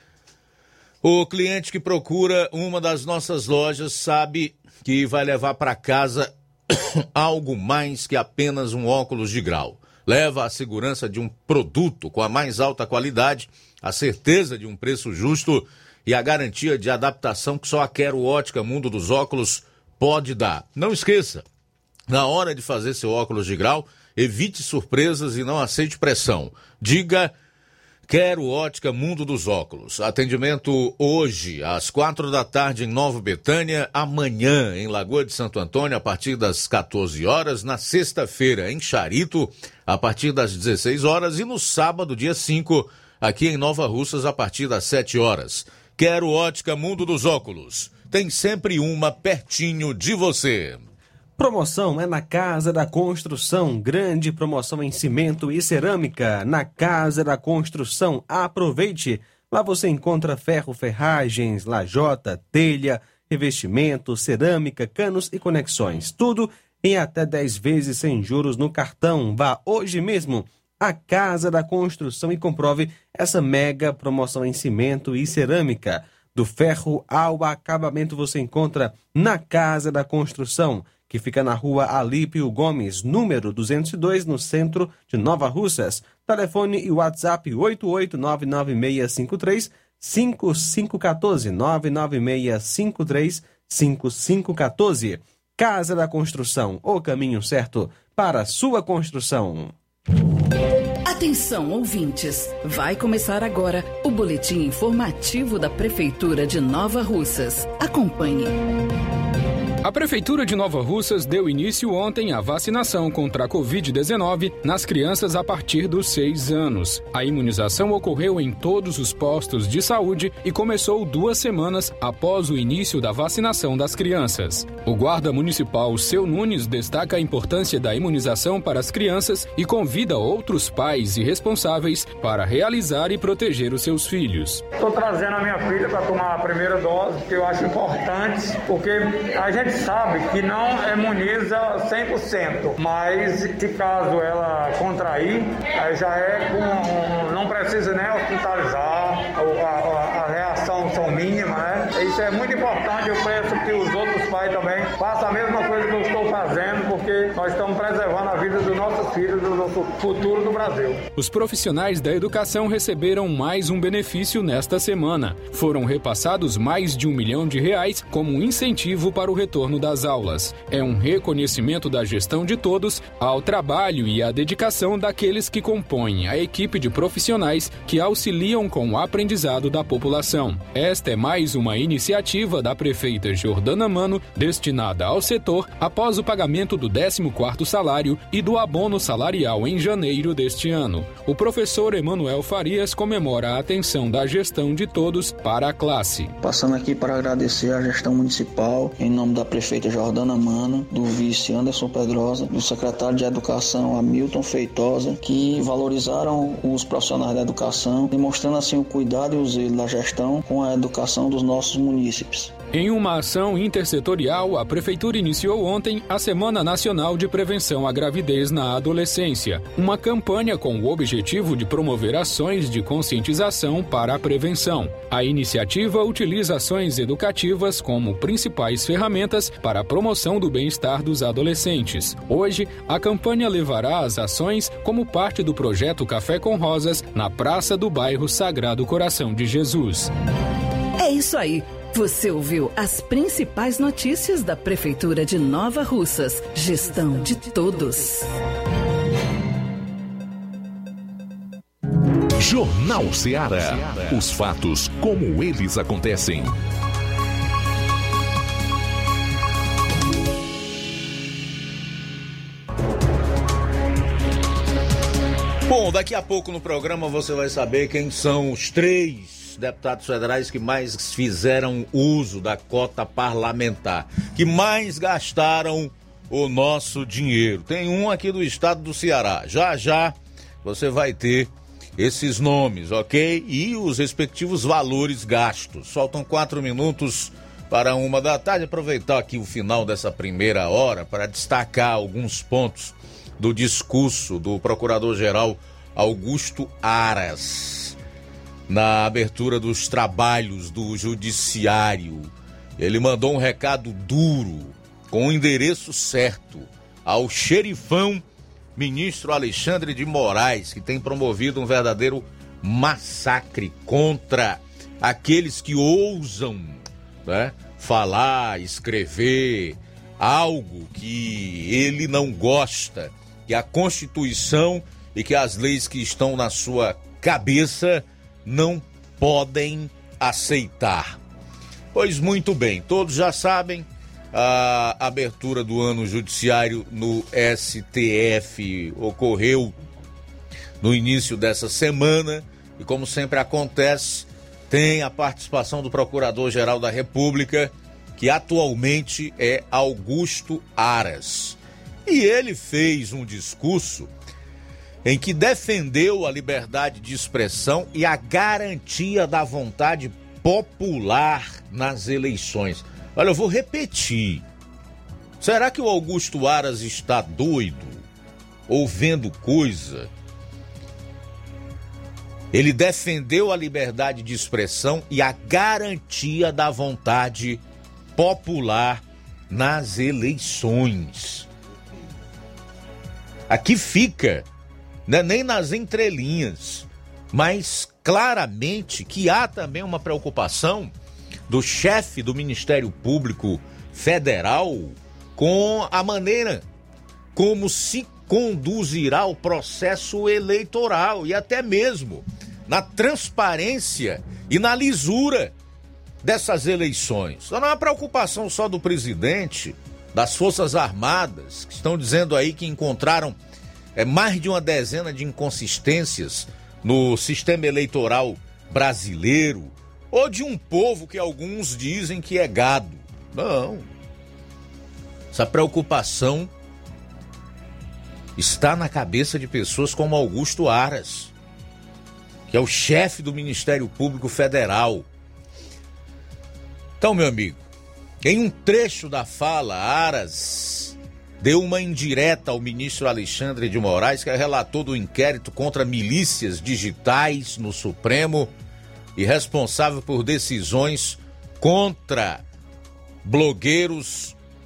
O cliente que procura uma das nossas lojas sabe que vai levar para casa algo mais que apenas um óculos de grau. Leva a segurança de um produto com a mais alta qualidade, a certeza de um preço justo e a garantia de adaptação que só a Quero Ótica Mundo dos Óculos pode dar. Não esqueça, na hora de fazer seu óculos de grau, evite surpresas e não aceite pressão. Diga: Quero Ótica Mundo dos Óculos. Atendimento hoje às 4 da tarde em Nova Betânia, amanhã em Lagoa de Santo Antônio a partir das 14 horas, na sexta-feira em Charito a partir das 16 horas e no sábado, dia 5, aqui em Nova Russas a partir das 7 horas. Quero Ótica Mundo dos Óculos. Tem sempre uma pertinho de você. Promoção é na Casa da Construção. Grande promoção em cimento e cerâmica. Na Casa da Construção. Aproveite. Lá você encontra ferro, ferragens, lajota, telha, revestimento, cerâmica, canos e conexões. Tudo em até 10 vezes sem juros no cartão. Vá hoje mesmo à Casa da Construção e comprove essa mega promoção em cimento e cerâmica. Do ferro ao acabamento você encontra na Casa da Construção, que fica na Rua Alípio Gomes, número 202, no centro de Nova Russas. Telefone e WhatsApp 88996535514, 996535514. Casa da Construção, o caminho certo para a sua construção. Atenção, ouvintes! Vai começar agora o boletim informativo da Prefeitura de Nova Russas. Acompanhe. A Prefeitura de Nova Russas deu início ontem à vacinação contra a Covid-19 nas crianças a partir dos 6 anos. A imunização ocorreu em todos os postos de saúde e começou 2 semanas após o início da vacinação das crianças. O guarda municipal Seu Nunes destaca a importância da imunização para as crianças e convida outros pais e responsáveis para realizar e proteger os seus filhos. Estou trazendo a minha filha para tomar a primeira dose, que eu acho importante, porque a gente sabe que não imuniza 100%, mas se caso ela contrair, aí já não precisa nem hospitalizar, a reação são mínimas, né? Isso é muito importante, eu peço que os outros pais também façam a mesma coisa que eu estou continua fazendo, porque nós estamos preservando a vida dos nossos filhos, do nosso futuro do Brasil. Os profissionais da educação receberam mais um benefício nesta semana. Foram repassados mais de R$1 milhão como um incentivo para o retorno das aulas. É um reconhecimento da gestão de todos ao trabalho e à dedicação daqueles que compõem a equipe de profissionais que auxiliam com o aprendizado da população. Esta é mais uma iniciativa da prefeita Jordana Mano destinada ao setor após o pagamento do 14º salário e do abono salarial em janeiro deste ano. O professor Emanuel Farias comemora a atenção da gestão de todos para a classe. Passando aqui para agradecer à gestão municipal, em nome da prefeita Jordana Mano, do vice Anderson Pedrosa, do secretário de Educação Hamilton Feitosa, que valorizaram os profissionais da educação, demonstrando assim o cuidado e o zelo da gestão com a educação dos nossos munícipes. Em uma ação intersetorial, a Prefeitura iniciou ontem a Semana Nacional de Prevenção à Gravidez na Adolescência, uma campanha com o objetivo de promover ações de conscientização para a prevenção. A iniciativa utiliza ações educativas como principais ferramentas para a promoção do bem-estar dos adolescentes. Hoje, a campanha levará as ações como parte do projeto Café com Rosas na Praça do Bairro Sagrado Coração de Jesus. É isso aí. Você ouviu as principais notícias da Prefeitura de Nova Russas. Gestão de todos. Jornal Ceará. Os fatos como eles acontecem. Bom, daqui a pouco no programa você vai saber quem são os 3 deputados federais que mais fizeram uso da cota parlamentar, que mais gastaram o nosso dinheiro. Tem um aqui do estado do Ceará. Já já você vai ter esses nomes, ok? E os respectivos valores gastos. Faltam 4 minutos para 1h da tarde. Aproveitar aqui o final dessa primeira hora para destacar alguns pontos do discurso do Procurador-Geral Augusto Aras na abertura dos trabalhos do Judiciário. Ele mandou um recado duro, com o endereço certo, ao xerifão ministro Alexandre de Moraes, que tem promovido um verdadeiro massacre contra aqueles que ousam, né, falar, escrever algo que ele não gosta, que a Constituição e que as leis que estão na sua cabeça não podem aceitar. Pois muito bem, todos já sabem, a abertura do ano judiciário no STF ocorreu no início dessa semana e, como sempre acontece, tem a participação do Procurador-Geral da República, que atualmente é Augusto Aras. E ele fez um discurso em que defendeu a liberdade de expressão e a garantia da vontade popular nas eleições. Olha, eu vou repetir. Será que o Augusto Aras está doido? Ou vendo coisa? Ele defendeu a liberdade de expressão e a garantia da vontade popular nas eleições. Aqui fica, né, nem nas entrelinhas, mas claramente que há também uma preocupação do chefe do Ministério Público Federal com a maneira como se conduzirá o processo eleitoral e até mesmo na transparência e na lisura dessas eleições. Então não é uma preocupação só do presidente, das Forças Armadas, que estão dizendo aí que encontraram mais de uma dezena de inconsistências no sistema eleitoral brasileiro, ou de um povo que alguns dizem que é gado. Não. Essa preocupação está na cabeça de pessoas como Augusto Aras, que é o chefe do Ministério Público Federal. Então, meu amigo, em um trecho da fala, Aras deu uma indireta ao ministro Alexandre de Moraes, que é relator do inquérito contra milícias digitais no Supremo e responsável por decisões contra blogueiros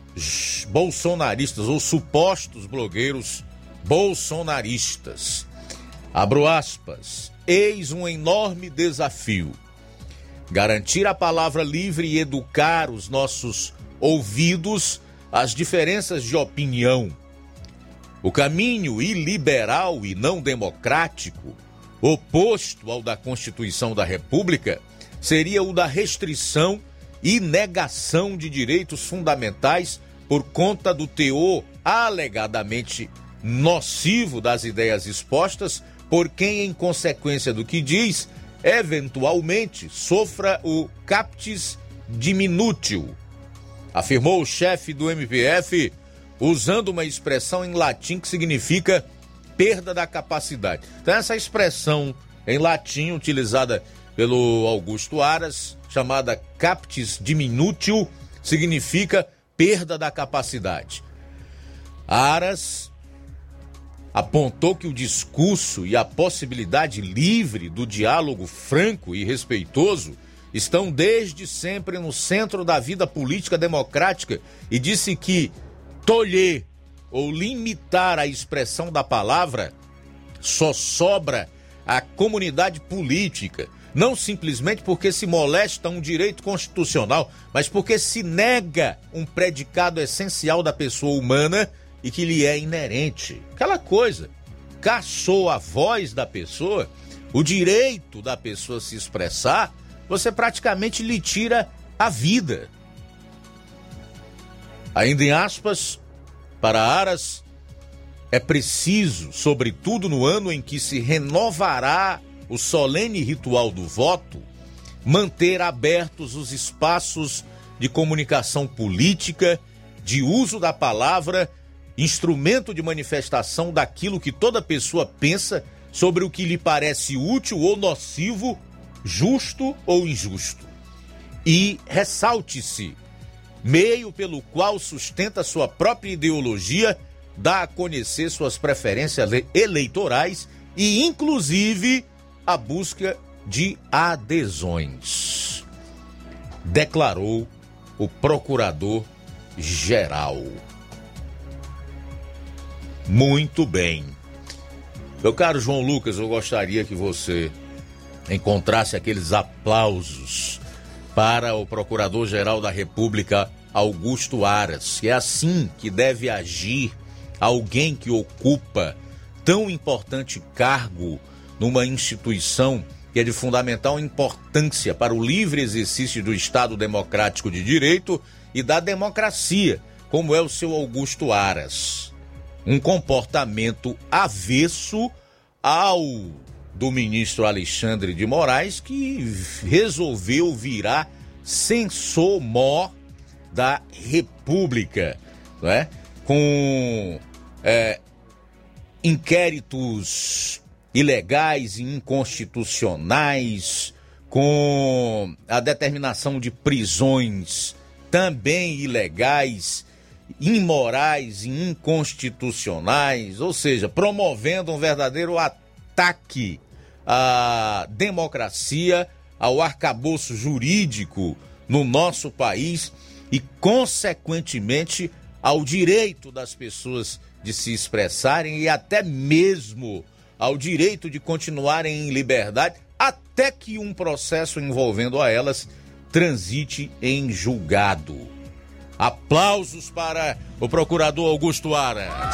bolsonaristas ou supostos blogueiros bolsonaristas. Abro aspas. Eis um enorme desafio. Garantir a palavra livre e educar os nossos ouvidos às diferenças de opinião. O caminho iliberal e não democrático, oposto ao da Constituição da República, seria o da restrição e negação de direitos fundamentais por conta do teor alegadamente nocivo das ideias expostas por quem, em consequência do que diz, eventualmente sofra o captis diminutiu, afirmou o chefe do MPF, usando uma expressão em latim que significa perda da capacidade. Então essa expressão em latim utilizada pelo Augusto Aras, chamada captis diminutiu, significa perda da capacidade. Aras apontou que o discurso e a possibilidade livre do diálogo franco e respeitoso estão desde sempre no centro da vida política democrática e disse que tolher ou limitar a expressão da palavra só sobra à comunidade política, não simplesmente porque se molesta um direito constitucional, mas porque se nega um predicado essencial da pessoa humana e que lhe é inerente. Aquela coisa, caçou a voz da pessoa, o direito da pessoa se expressar, você praticamente lhe tira a vida. Ainda em aspas, para Aras, é preciso, sobretudo no ano em que se renovará o solene ritual do voto, manter abertos os espaços de comunicação política, de uso da palavra, instrumento de manifestação daquilo que toda pessoa pensa sobre o que lhe parece útil ou nocivo, justo ou injusto. E ressalte-se, meio pelo qual sustenta sua própria ideologia, dá a conhecer suas preferências eleitorais e, inclusive, a busca de adesões, declarou o procurador-geral. Muito bem. Meu caro João Lucas, eu gostaria que você encontrasse aqueles aplausos para o Procurador-Geral da República, Augusto Aras, que é assim que deve agir alguém que ocupa tão importante cargo numa instituição que é de fundamental importância para o livre exercício do Estado Democrático de Direito e da democracia, como é o seu Augusto Aras. Um comportamento avesso ao do ministro Alexandre de Moraes, que resolveu virar censor-mor da República, não é? Com inquéritos ilegais e inconstitucionais, com a determinação de prisões também ilegais, imorais e inconstitucionais, ou seja, promovendo um verdadeiro ataque à democracia, ao arcabouço jurídico no nosso país e, consequentemente, ao direito das pessoas de se expressarem e até mesmo ao direito de continuarem em liberdade até que um processo envolvendo a elas transite em julgado. Aplausos para o procurador Augusto Aras.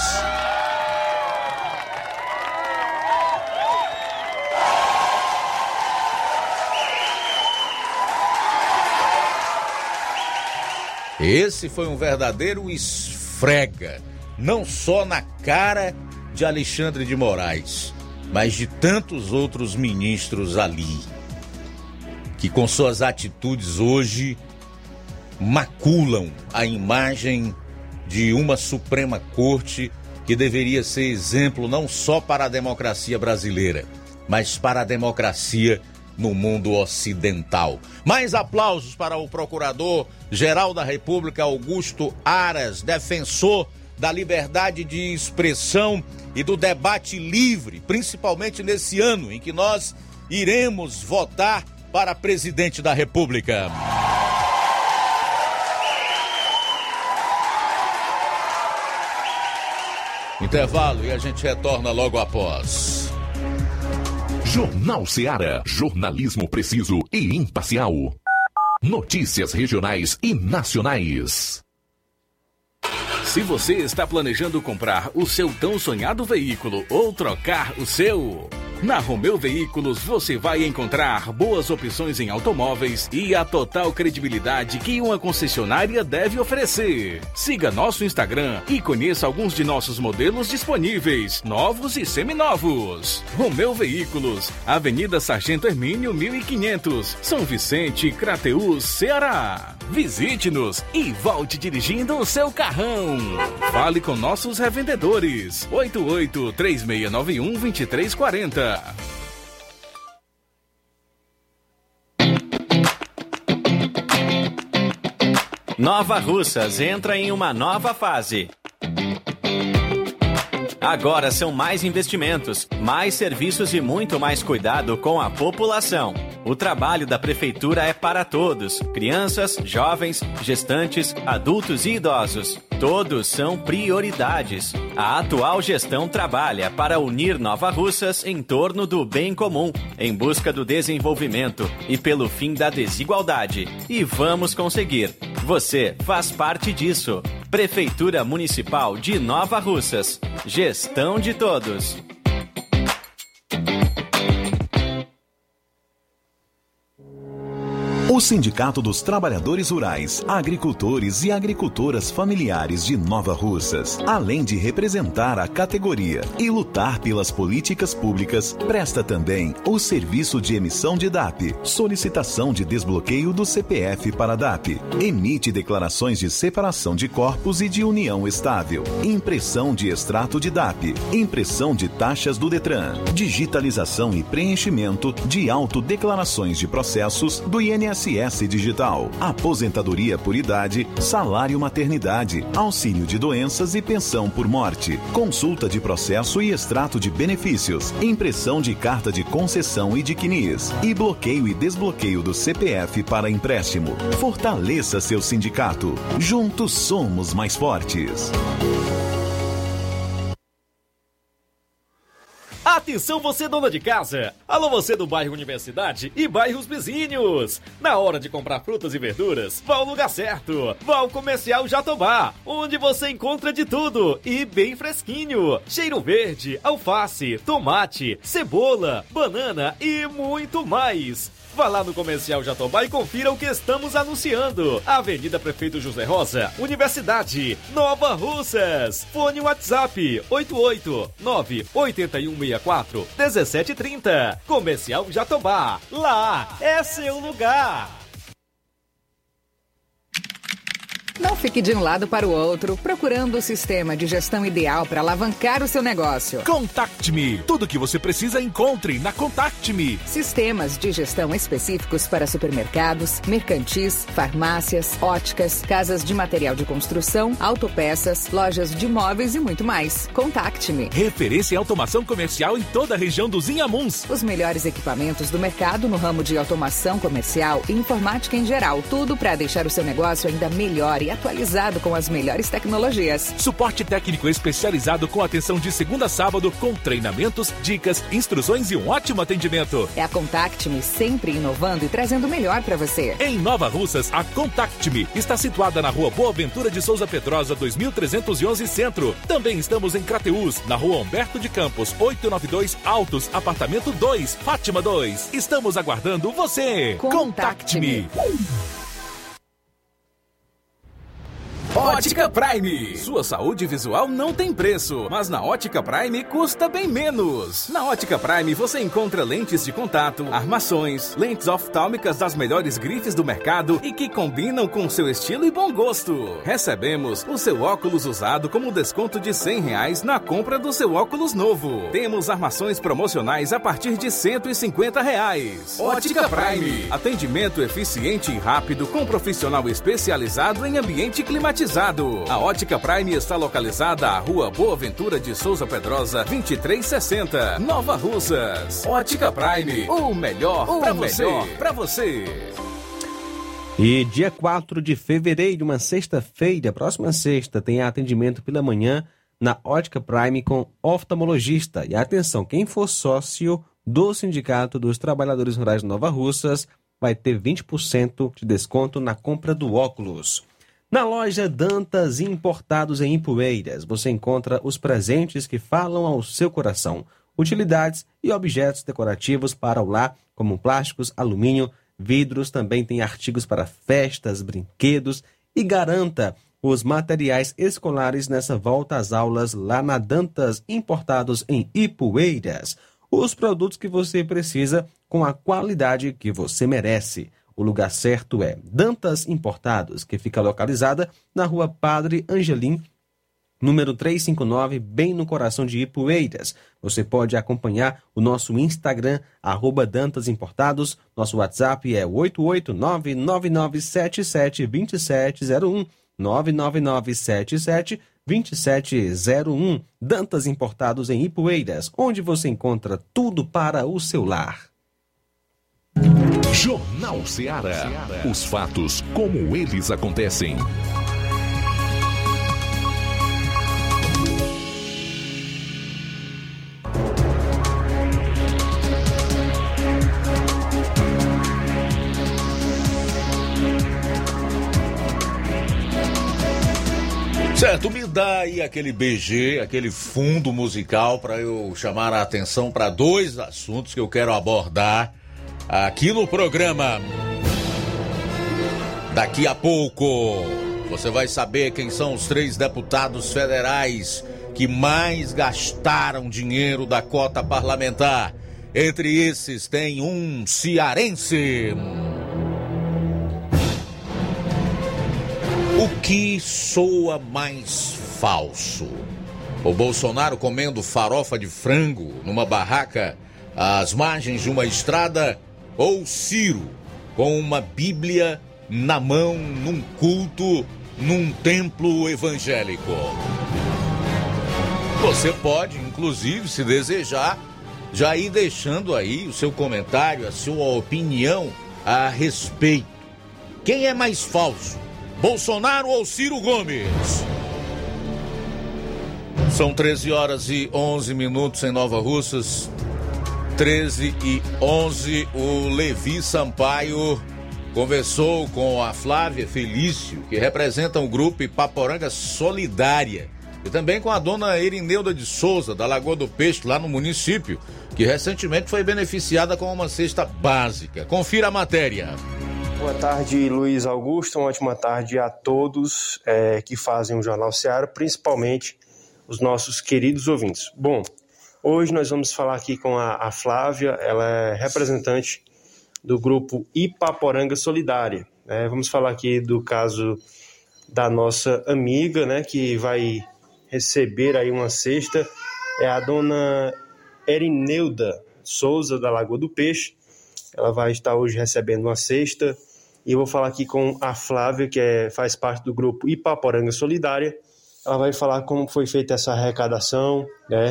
Esse foi um verdadeiro esfrega, não só na cara de Alexandre de Moraes, mas de tantos outros ministros ali, que com suas atitudes hoje maculam a imagem de uma Suprema Corte que deveria ser exemplo não só para a democracia brasileira, mas para a democracia no mundo ocidental. Mais aplausos para o Procurador-Geral da República, Augusto Aras, defensor da liberdade de expressão e do debate livre, principalmente nesse ano em que nós iremos votar para presidente da República. Intervalo e a gente retorna logo após. Jornal Ceará, jornalismo preciso e imparcial. Notícias regionais e nacionais. Se você está planejando comprar o seu tão sonhado veículo ou trocar o seu, na Romeu Veículos você vai encontrar boas opções em automóveis e a total credibilidade que uma concessionária deve oferecer. Siga nosso Instagram e conheça alguns de nossos modelos disponíveis, novos e seminovos. Romeu Veículos, Avenida Sargento Hermínio 1500, São Vicente, Crateús, Ceará. Visite-nos e volte dirigindo o seu carrão. Fale com nossos revendedores. 88-3691-2340. Nova Russas entra em uma nova fase. Agora são mais investimentos, mais serviços e muito mais cuidado com a população. O trabalho da Prefeitura é para todos: crianças, jovens, gestantes, adultos e idosos. Todos são prioridades. A atual gestão trabalha para unir Nova Russas em torno do bem comum, em busca do desenvolvimento e pelo fim da desigualdade. E vamos conseguir. Você faz parte disso. Prefeitura Municipal de Nova Russas. Gestão de todos. O Sindicato dos Trabalhadores Rurais, Agricultores e Agricultoras Familiares de Nova Russas, além de representar a categoria e lutar pelas políticas públicas, presta também o serviço de emissão de DAP, solicitação de desbloqueio do CPF para DAP, emite declarações de separação de corpos e de união estável, impressão de extrato de DAP, impressão de taxas do Detran, digitalização e preenchimento de autodeclarações de processos do INSS Digital, aposentadoria por idade, salário maternidade, auxílio de doenças e pensão por morte, consulta de processo e extrato de benefícios, impressão de carta de concessão e de CNIS, e bloqueio e desbloqueio do CPF para empréstimo. Fortaleça seu sindicato. Juntos somos mais fortes. Atenção você dona de casa! Alô você do bairro Universidade e bairros vizinhos! Na hora de comprar frutas e verduras, vá ao lugar certo! Vá ao Comercial Jatobá, onde você encontra de tudo e bem fresquinho! Cheiro verde, alface, tomate, cebola, banana e muito mais! Vá lá no Comercial Jatobá e confira o que estamos anunciando. Avenida Prefeito José Rosa, Universidade, Nova Russas. Fone WhatsApp 889-8164-1730. Comercial Jatobá. Lá é seu lugar. Não fique de um lado para o outro, procurando o sistema de gestão ideal para alavancar o seu negócio. Contact-me. Tudo o que você precisa encontre na Contact-me. Sistemas de gestão específicos para supermercados, mercantis, farmácias, óticas, casas de material de construção, autopeças, lojas de móveis e muito mais. Contact-me. Referência em automação comercial em toda a região dos Inhamuns. Os melhores equipamentos do mercado no ramo de automação comercial e informática em geral. Tudo para deixar o seu negócio ainda melhor e atualizado com as melhores tecnologias. Suporte técnico especializado com atenção de segunda a sábado, com treinamentos, dicas, instruções e um ótimo atendimento. É a Contact-me, sempre inovando e trazendo o melhor para você. Em Nova Russas, a Contact-me está situada na Rua Boa Ventura de Souza Pedrosa, 2311 Centro. Também estamos em Crateús, na Rua Humberto de Campos, 892 Altos, apartamento 2, Fátima 2. Estamos aguardando você. Contact-me. Ótica Prime. Sua saúde visual não tem preço, mas na Ótica Prime custa bem menos. Na Ótica Prime você encontra lentes de contato, armações, lentes oftálmicas das melhores grifes do mercado e que combinam com seu estilo e bom gosto. Recebemos o seu óculos usado como desconto de R$100 na compra do seu óculos novo. Temos armações promocionais a partir de R$150. Ótica Prime. Atendimento eficiente e rápido com profissional especializado em ambiente climatizado. A Ótica Prime está localizada à Rua Boa Ventura de Souza Pedrosa, 2360, Nova Russas. Ótica Prime, o melhor para você. E dia 4 de fevereiro, uma sexta-feira, próxima sexta, tem atendimento pela manhã na Ótica Prime com oftalmologista. E atenção, quem for sócio do Sindicato dos Trabalhadores Rurais de Nova Russas vai ter 20% de desconto na compra do óculos. Na loja Dantas Importados em Ipueiras, você encontra os presentes que falam ao seu coração. Utilidades e objetos decorativos para o lar, como plásticos, alumínio, vidros. Também tem artigos para festas, brinquedos. E garanta os materiais escolares nessa volta às aulas lá na Dantas Importados em Ipueiras. Os produtos que você precisa com a qualidade que você merece. O lugar certo é Dantas Importados, que fica localizada na rua Padre Angelim, número 359, bem no coração de Ipueiras. Você pode acompanhar o nosso Instagram, @Dantas Importados. Nosso WhatsApp é 88999772701, 999772701. Dantas Importados em Ipueiras, onde você encontra tudo para o seu lar. Jornal Ceará. Os fatos como eles acontecem. Certo, me dá aí aquele BG, aquele fundo musical para eu chamar a atenção para dois assuntos que eu quero abordar aqui no programa. Daqui a pouco você vai saber quem são os 3 deputados federais que mais gastaram dinheiro da cota parlamentar. Entre esses tem um cearense. O que soa mais falso? O Bolsonaro comendo farofa de frango numa barraca às margens de uma estrada, ou Ciro com uma Bíblia na mão num culto num templo evangélico? Você pode, inclusive, se desejar, já ir deixando aí o seu comentário, a sua opinião a respeito. Quem é mais falso? Bolsonaro ou Ciro Gomes? São 13h11 em Nova Russas. 13h11. O Levi Sampaio conversou com a Flávia Felício, que representa o grupo Ipaporanga Solidária, e também com a dona Erineuda de Souza, da Lagoa do Peixe, lá no município, que recentemente foi beneficiada com uma cesta básica. Confira a matéria. Boa tarde, Luiz Augusto. Uma ótima tarde a todos que fazem o Jornal Ceará, principalmente os nossos queridos ouvintes. Bom, hoje nós vamos falar aqui com a Flávia. Ela é representante do grupo Ipaporanga Solidária. Vamos falar aqui do caso da nossa amiga, que vai receber aí uma cesta. É a dona Erineuda Souza, da Lagoa do Peixe. Ela vai estar hoje recebendo uma cesta. E eu vou falar aqui com a Flávia, que faz parte do grupo Ipaporanga Solidária. Ela vai falar como foi feita essa arrecadação,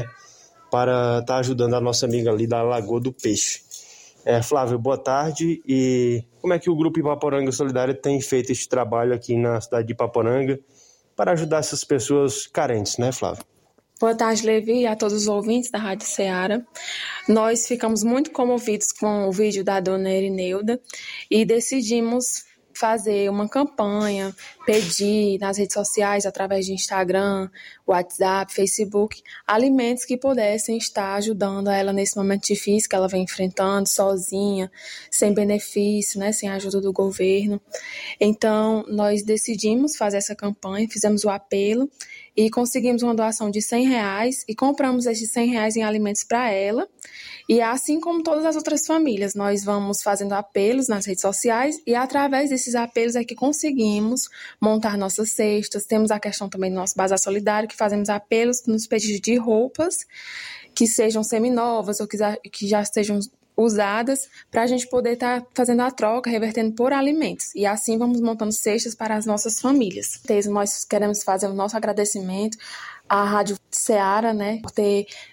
para estar ajudando a nossa amiga ali da Lagoa do Peixe. Flávia, boa tarde. E como é que o grupo Ipaporanga Solidária tem feito esse trabalho aqui na cidade de Ipaporanga para ajudar essas pessoas carentes, Flávia? Boa tarde, Levi, e a todos os ouvintes da Rádio Ceará. Nós ficamos muito comovidos com o vídeo da dona Erineuda e decidimos fazer uma campanha, pedir nas redes sociais, através de Instagram, WhatsApp, Facebook, alimentos que pudessem estar ajudando ela nesse momento difícil que ela vem enfrentando, sozinha, sem benefício, sem a ajuda do governo. Então, nós decidimos fazer essa campanha, fizemos o apelo e conseguimos uma doação de R$100 e compramos esses R$100 em alimentos para ela. E assim como todas as outras famílias, nós vamos fazendo apelos nas redes sociais e através desses apelos é que conseguimos montar nossas cestas. Temos a questão também do nosso Bazar Solidário, que fazemos apelos nos pedidos de roupas que sejam seminovas ou que já estejam usadas, para a gente poder estar fazendo a troca, revertendo por alimentos. E assim vamos montando cestas para as nossas famílias. Nós queremos fazer o nosso agradecimento à Rádio Ceará, por ter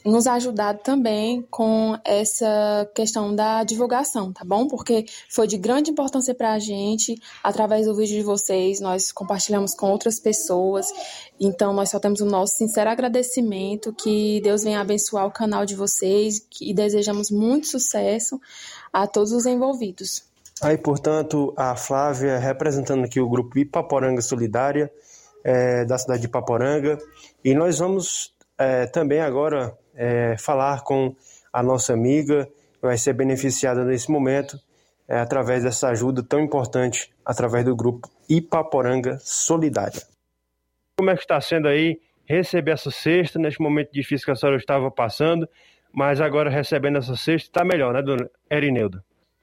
nos ajudado também com essa questão da divulgação, tá bom? Porque foi de grande importância para a gente, através do vídeo de vocês, nós compartilhamos com outras pessoas, então nós só temos o nosso sincero agradecimento, que Deus venha abençoar o canal de vocês e desejamos muito sucesso a todos os envolvidos. Aí, portanto, a Flávia representando aqui o grupo Ipaporanga Solidária, da cidade de Ipaporanga, e nós vamos também agora falar com a nossa amiga, que vai ser beneficiada nesse momento, através dessa ajuda tão importante, através do grupo Ipaporanga Solidária. Como é que está sendo aí receber essa cesta, neste momento difícil que a senhora estava passando, mas agora recebendo essa cesta, está melhor, né, dona Erineuda?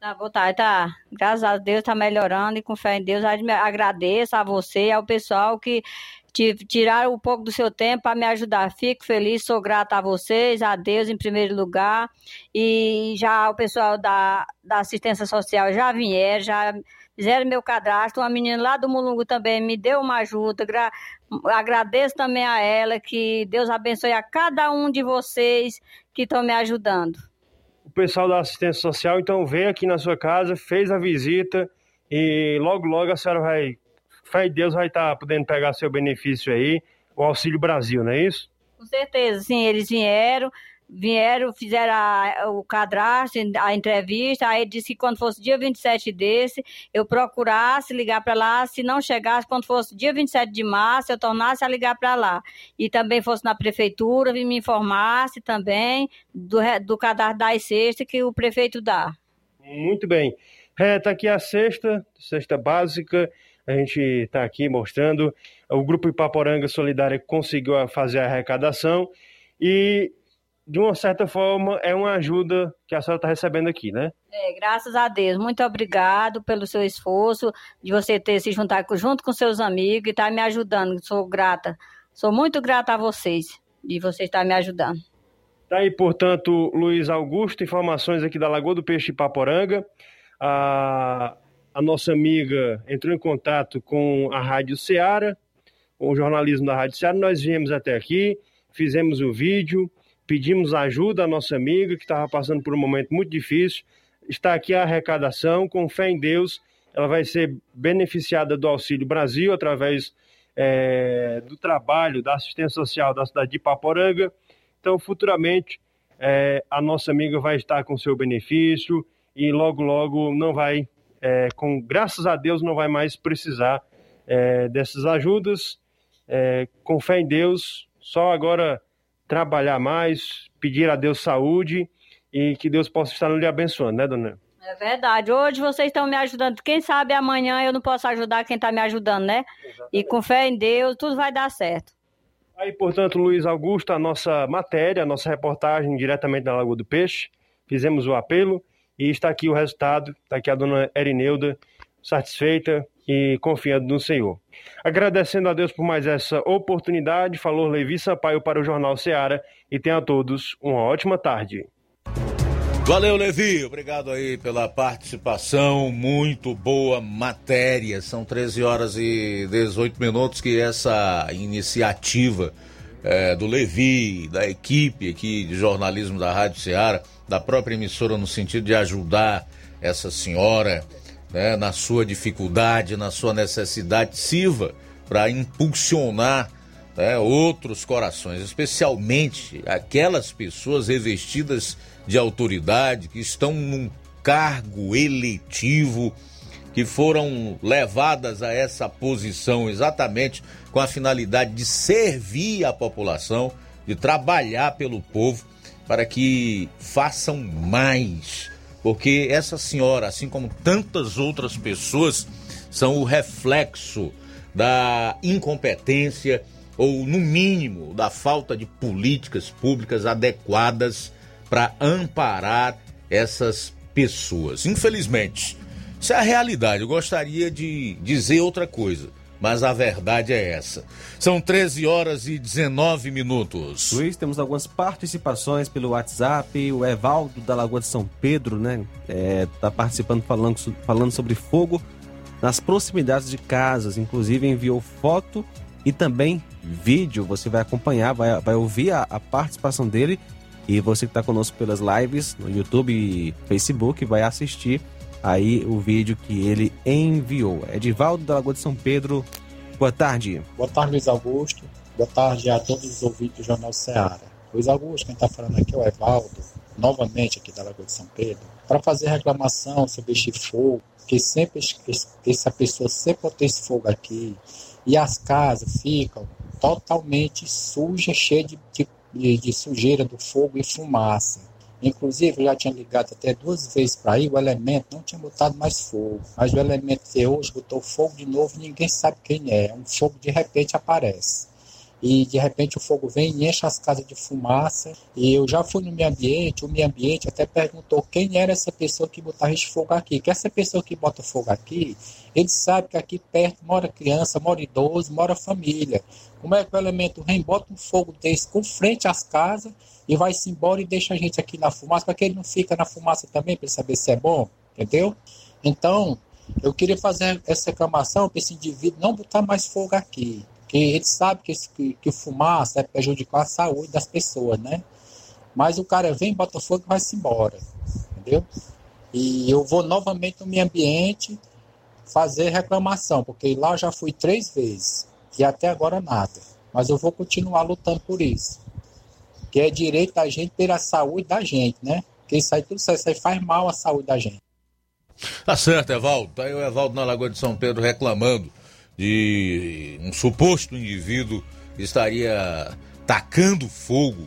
Tá. Graças a Deus está melhorando e com fé em Deus agradeço a você e ao pessoal que tiraram um pouco do seu tempo para me ajudar. Fico feliz, sou grata a vocês, a Deus em primeiro lugar. E já o pessoal da assistência social já vieram, já fizeram meu cadastro. Uma menina lá do Mulungu também me deu uma ajuda. Agradeço também a ela, que Deus abençoe a cada um de vocês que estão me ajudando. O pessoal da assistência social, então, veio aqui na sua casa, fez a visita e logo a senhora vai, fé em Deus, vai estar podendo pegar seu benefício aí, o Auxílio Brasil, não é isso? Com certeza, sim, eles vieram, fizeram o cadastro, a entrevista, aí disse que quando fosse dia 27 desse, eu procurasse ligar para lá, se não chegasse, quando fosse dia 27 de março, eu tornasse a ligar para lá. E também fosse na prefeitura, me informasse também do cadastro das cestas que o prefeito dá. Muito bem. Está aqui a cesta básica, a gente está aqui mostrando, o Grupo Ipaporanga Solidária conseguiu fazer a arrecadação e, de uma certa forma, é uma ajuda que a senhora está recebendo aqui, né? Graças a Deus. Muito obrigado pelo seu esforço, de você ter se juntado junto com seus amigos e estar me ajudando. Sou grata. Sou muito grata a vocês, de vocês estar me ajudando. Tá aí, portanto, Luiz Augusto, informações aqui da Lagoa do Peixe Ipaporanga. A nossa amiga entrou em contato com a Rádio Ceará, com o jornalismo da Rádio Ceará. Nós viemos até aqui, fizemos o vídeo, pedimos ajuda à nossa amiga, que estava passando por um momento muito difícil. Está aqui a arrecadação, com fé em Deus, ela vai ser beneficiada do Auxílio Brasil, através do trabalho da assistência social da cidade de Ipaporanga. Então, futuramente, a nossa amiga vai estar com seu benefício e logo não vai, graças a Deus, não vai mais precisar dessas ajudas. Com fé em Deus, só agora trabalhar mais, pedir a Deus saúde e que Deus possa estar lhe abençoando, né, dona? É verdade. Hoje vocês estão me ajudando. Quem sabe amanhã eu não posso ajudar quem está me ajudando, né? Exatamente. E com fé em Deus, tudo vai dar certo. Aí, portanto, Luiz Augusto, a nossa matéria, a nossa reportagem diretamente da Lagoa do Peixe. Fizemos o apelo e está aqui o resultado. Está aqui a dona Erineuda, satisfeita e confiando no Senhor. Agradecendo a Deus por mais essa oportunidade, falou Levi Sampaio para o Jornal Ceará e tenham a todos uma ótima tarde. Valeu, Levi, obrigado aí pela participação, muito boa matéria. São 13 horas e 18 minutos que essa iniciativa do Levi, da equipe aqui de jornalismo da Rádio Ceará, da própria emissora, no sentido de ajudar essa senhora, né, na sua dificuldade, na sua necessidade, sirva para impulsionar, né, outros corações, especialmente aquelas pessoas revestidas de autoridade, que estão num cargo eletivo, que foram levadas a essa posição exatamente com a finalidade de servir a população, de trabalhar pelo povo, para que façam mais. Porque essa senhora, assim como tantas outras pessoas, são o reflexo da incompetência ou, no mínimo, da falta de políticas públicas adequadas para amparar essas pessoas. Infelizmente, isso é a realidade. Eu gostaria de dizer outra coisa, mas a verdade é essa. São 13 horas e 19 minutos. Luiz, temos algumas participações pelo WhatsApp. O Evaldo da Lagoa de São Pedro, né, tá participando, falando sobre fogo nas proximidades de casas. Inclusive enviou foto e também vídeo. Você vai acompanhar, vai ouvir a participação dele E você que está conosco pelas lives no YouTube e Facebook vai assistir aí o vídeo que ele enviou. Edivaldo da Lagoa de São Pedro, boa tarde. Boa tarde, Luiz Augusto. Boa tarde a todos os ouvintes do Jornal Ceará. Luiz Augusto, quem está falando aqui é o Evaldo, novamente aqui da Lagoa de São Pedro, para fazer reclamação sobre este fogo, que sempre essa pessoa sempre bota esse fogo aqui, e as casas ficam totalmente sujas, cheias de sujeira do fogo e fumaça. Inclusive, eu já tinha ligado até 2 vezes para aí, o elemento não tinha botado mais fogo, mas o elemento de hoje botou fogo de novo e ninguém sabe quem é. Um fogo de repente aparece. E de repente o fogo vem e enche as casas de fumaça. E eu já fui no meio ambiente, o meio ambiente até perguntou quem era essa pessoa que botava esse fogo aqui. Que essa pessoa que bota fogo aqui, ele sabe que aqui perto mora criança, mora idoso, mora família. Como é que o elemento vem, bota um fogo desse com frente às casas e vai-se embora e deixa a gente aqui na fumaça, para que ele não fica na fumaça também, para saber se é bom, entendeu? Então, eu queria fazer essa reclamação para esse indivíduo não botar mais fogo aqui. Porque ele sabe que fumaça é prejudicar a saúde das pessoas, né? Mas o cara vem, bota fogo e vai-se embora, entendeu? E eu vou novamente no meio ambiente fazer reclamação, porque lá eu já fui 3 vezes e até agora nada. Mas eu vou continuar lutando por isso. Que é direito da gente ter a saúde da gente, né? Porque isso aí tudo isso aí faz mal à saúde da gente. Tá certo, Evaldo. Tá aí o Evaldo na Lagoa de São Pedro reclamando de um suposto indivíduo que estaria tacando fogo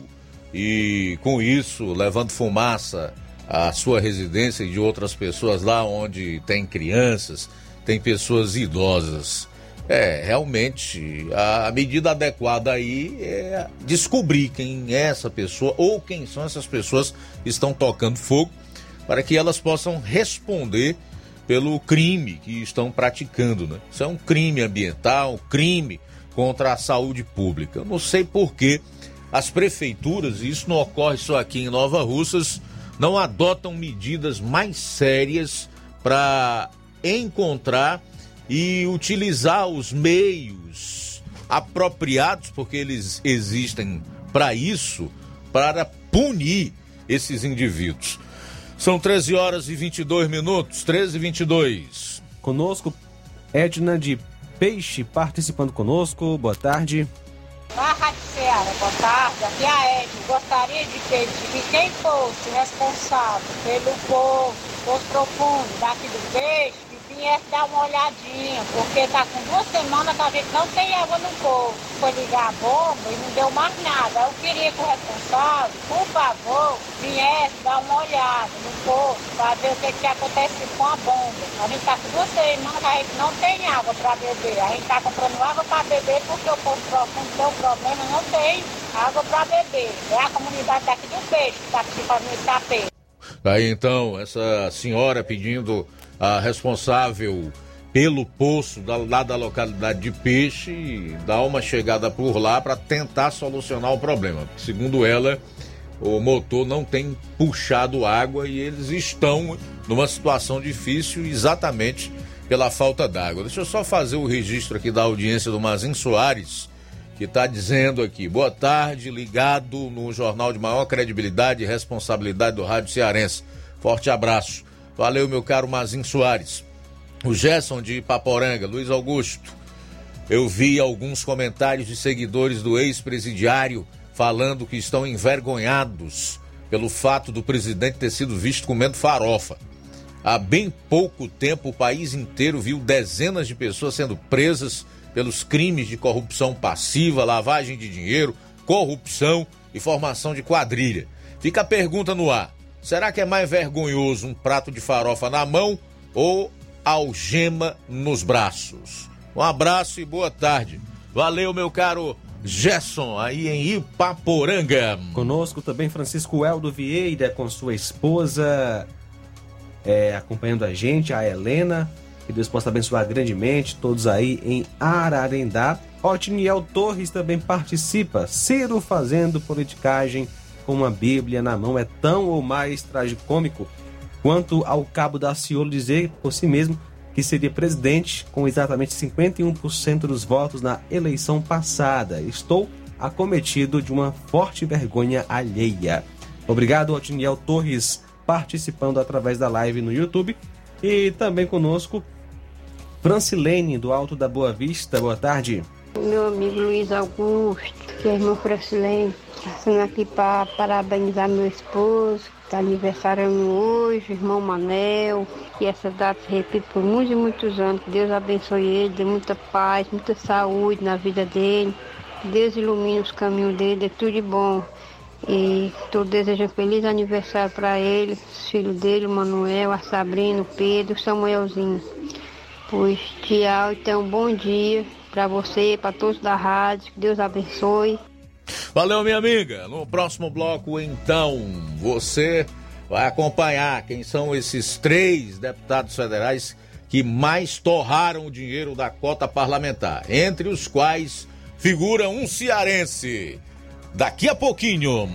e com isso levando fumaça à sua residência e de outras pessoas lá onde tem crianças, tem pessoas idosas. Realmente a medida adequada aí é descobrir quem é essa pessoa ou quem são essas pessoas que estão tocando fogo para que elas possam responder pelo crime que estão praticando, né? Isso é um crime ambiental, um crime contra a saúde pública. Eu não sei por que as prefeituras, e isso não ocorre só aqui em Nova Russas, não adotam medidas mais sérias para encontrar e utilizar os meios apropriados, porque eles existem para isso, para punir esses indivíduos. São 13 horas e 22 minutos, 13h22. Conosco, Edna de Peixe, participando conosco. Boa tarde. Na Rádio Ceará, boa tarde. Aqui é a Edna. Gostaria de pedir que quem fosse responsável pelo poço profundo daqui do Peixe, que viesse dar uma olhadinha, porque tá com 2 semanas que a gente não tem água no poço. Foi ligar a bomba e não deu mais nada. Eu queria que o responsável, por favor, viesse dar uma olhada no poço para ver o que acontece com a bomba. A gente tá com 2 semanas que a gente não tem água para beber. A gente tá comprando água para beber porque o poço profundo tem um problema, não tem água para beber. É a comunidade daqui do Peixe que está aqui fazendo esse apelo. Aí então, essa senhora pedindo a responsável pelo poço lá da localidade de Peixe dar uma chegada por lá para tentar solucionar o problema. Segundo ela, o motor não tem puxado água e eles estão numa situação difícil exatamente pela falta d'água. Deixa eu só fazer o registro aqui da audiência do Mazin Soares, que está dizendo aqui: boa tarde, ligado no jornal de maior credibilidade e responsabilidade do Rádio Cearense. Forte abraço. Valeu, meu caro Mazin Soares. O Gerson de Ipaporanga, Luiz Augusto, eu vi alguns comentários de seguidores do ex-presidiário falando que estão envergonhados pelo fato do presidente ter sido visto comendo farofa. Há bem pouco tempo o país inteiro viu dezenas de pessoas sendo presas pelos crimes de corrupção passiva, lavagem de dinheiro, corrupção e formação de quadrilha. Fica a pergunta no ar: será que é mais vergonhoso um prato de farofa na mão ou algema nos braços? Um abraço e boa tarde. Valeu, meu caro Gerson, aí em Ipaporanga. Conosco também Francisco Eldo Vieira com sua esposa, acompanhando a gente, a Helena. Que Deus possa abençoar grandemente todos aí em Ararendá. Otiniel Torres também participa. Ciro fazendo politicagem com uma Bíblia na mão é tão ou mais tragicômico quanto ao Cabo Daciolo dizer por si mesmo que seria presidente com exatamente 51% dos votos na eleição passada. Estou acometido de uma forte vergonha alheia. Obrigado, Otiniel Torres, participando através da live no YouTube. E também conosco, Francilene, do Alto da Boa Vista. Boa tarde. Meu amigo Luiz Augusto, que é irmão Francilene, passando aqui para parabenizar meu esposo, que está aniversariando hoje, irmão Manel, que essa data se repita por muitos e muitos anos, que Deus abençoe ele, dê muita paz, muita saúde na vida dele, que Deus ilumine os caminhos dele, dê tudo de bom. E estou desejando feliz aniversário para ele, os filhos dele, o Manuel, a Sabrina, o Pedro, o Samuelzinho. Pois tchau e tenha um bom dia para você, para todos da rádio, que Deus abençoe. Valeu, minha amiga. No próximo bloco, então, você vai acompanhar quem são esses 3 deputados federais que mais torraram o dinheiro da cota parlamentar, entre os quais figura um cearense. Daqui a pouquinho.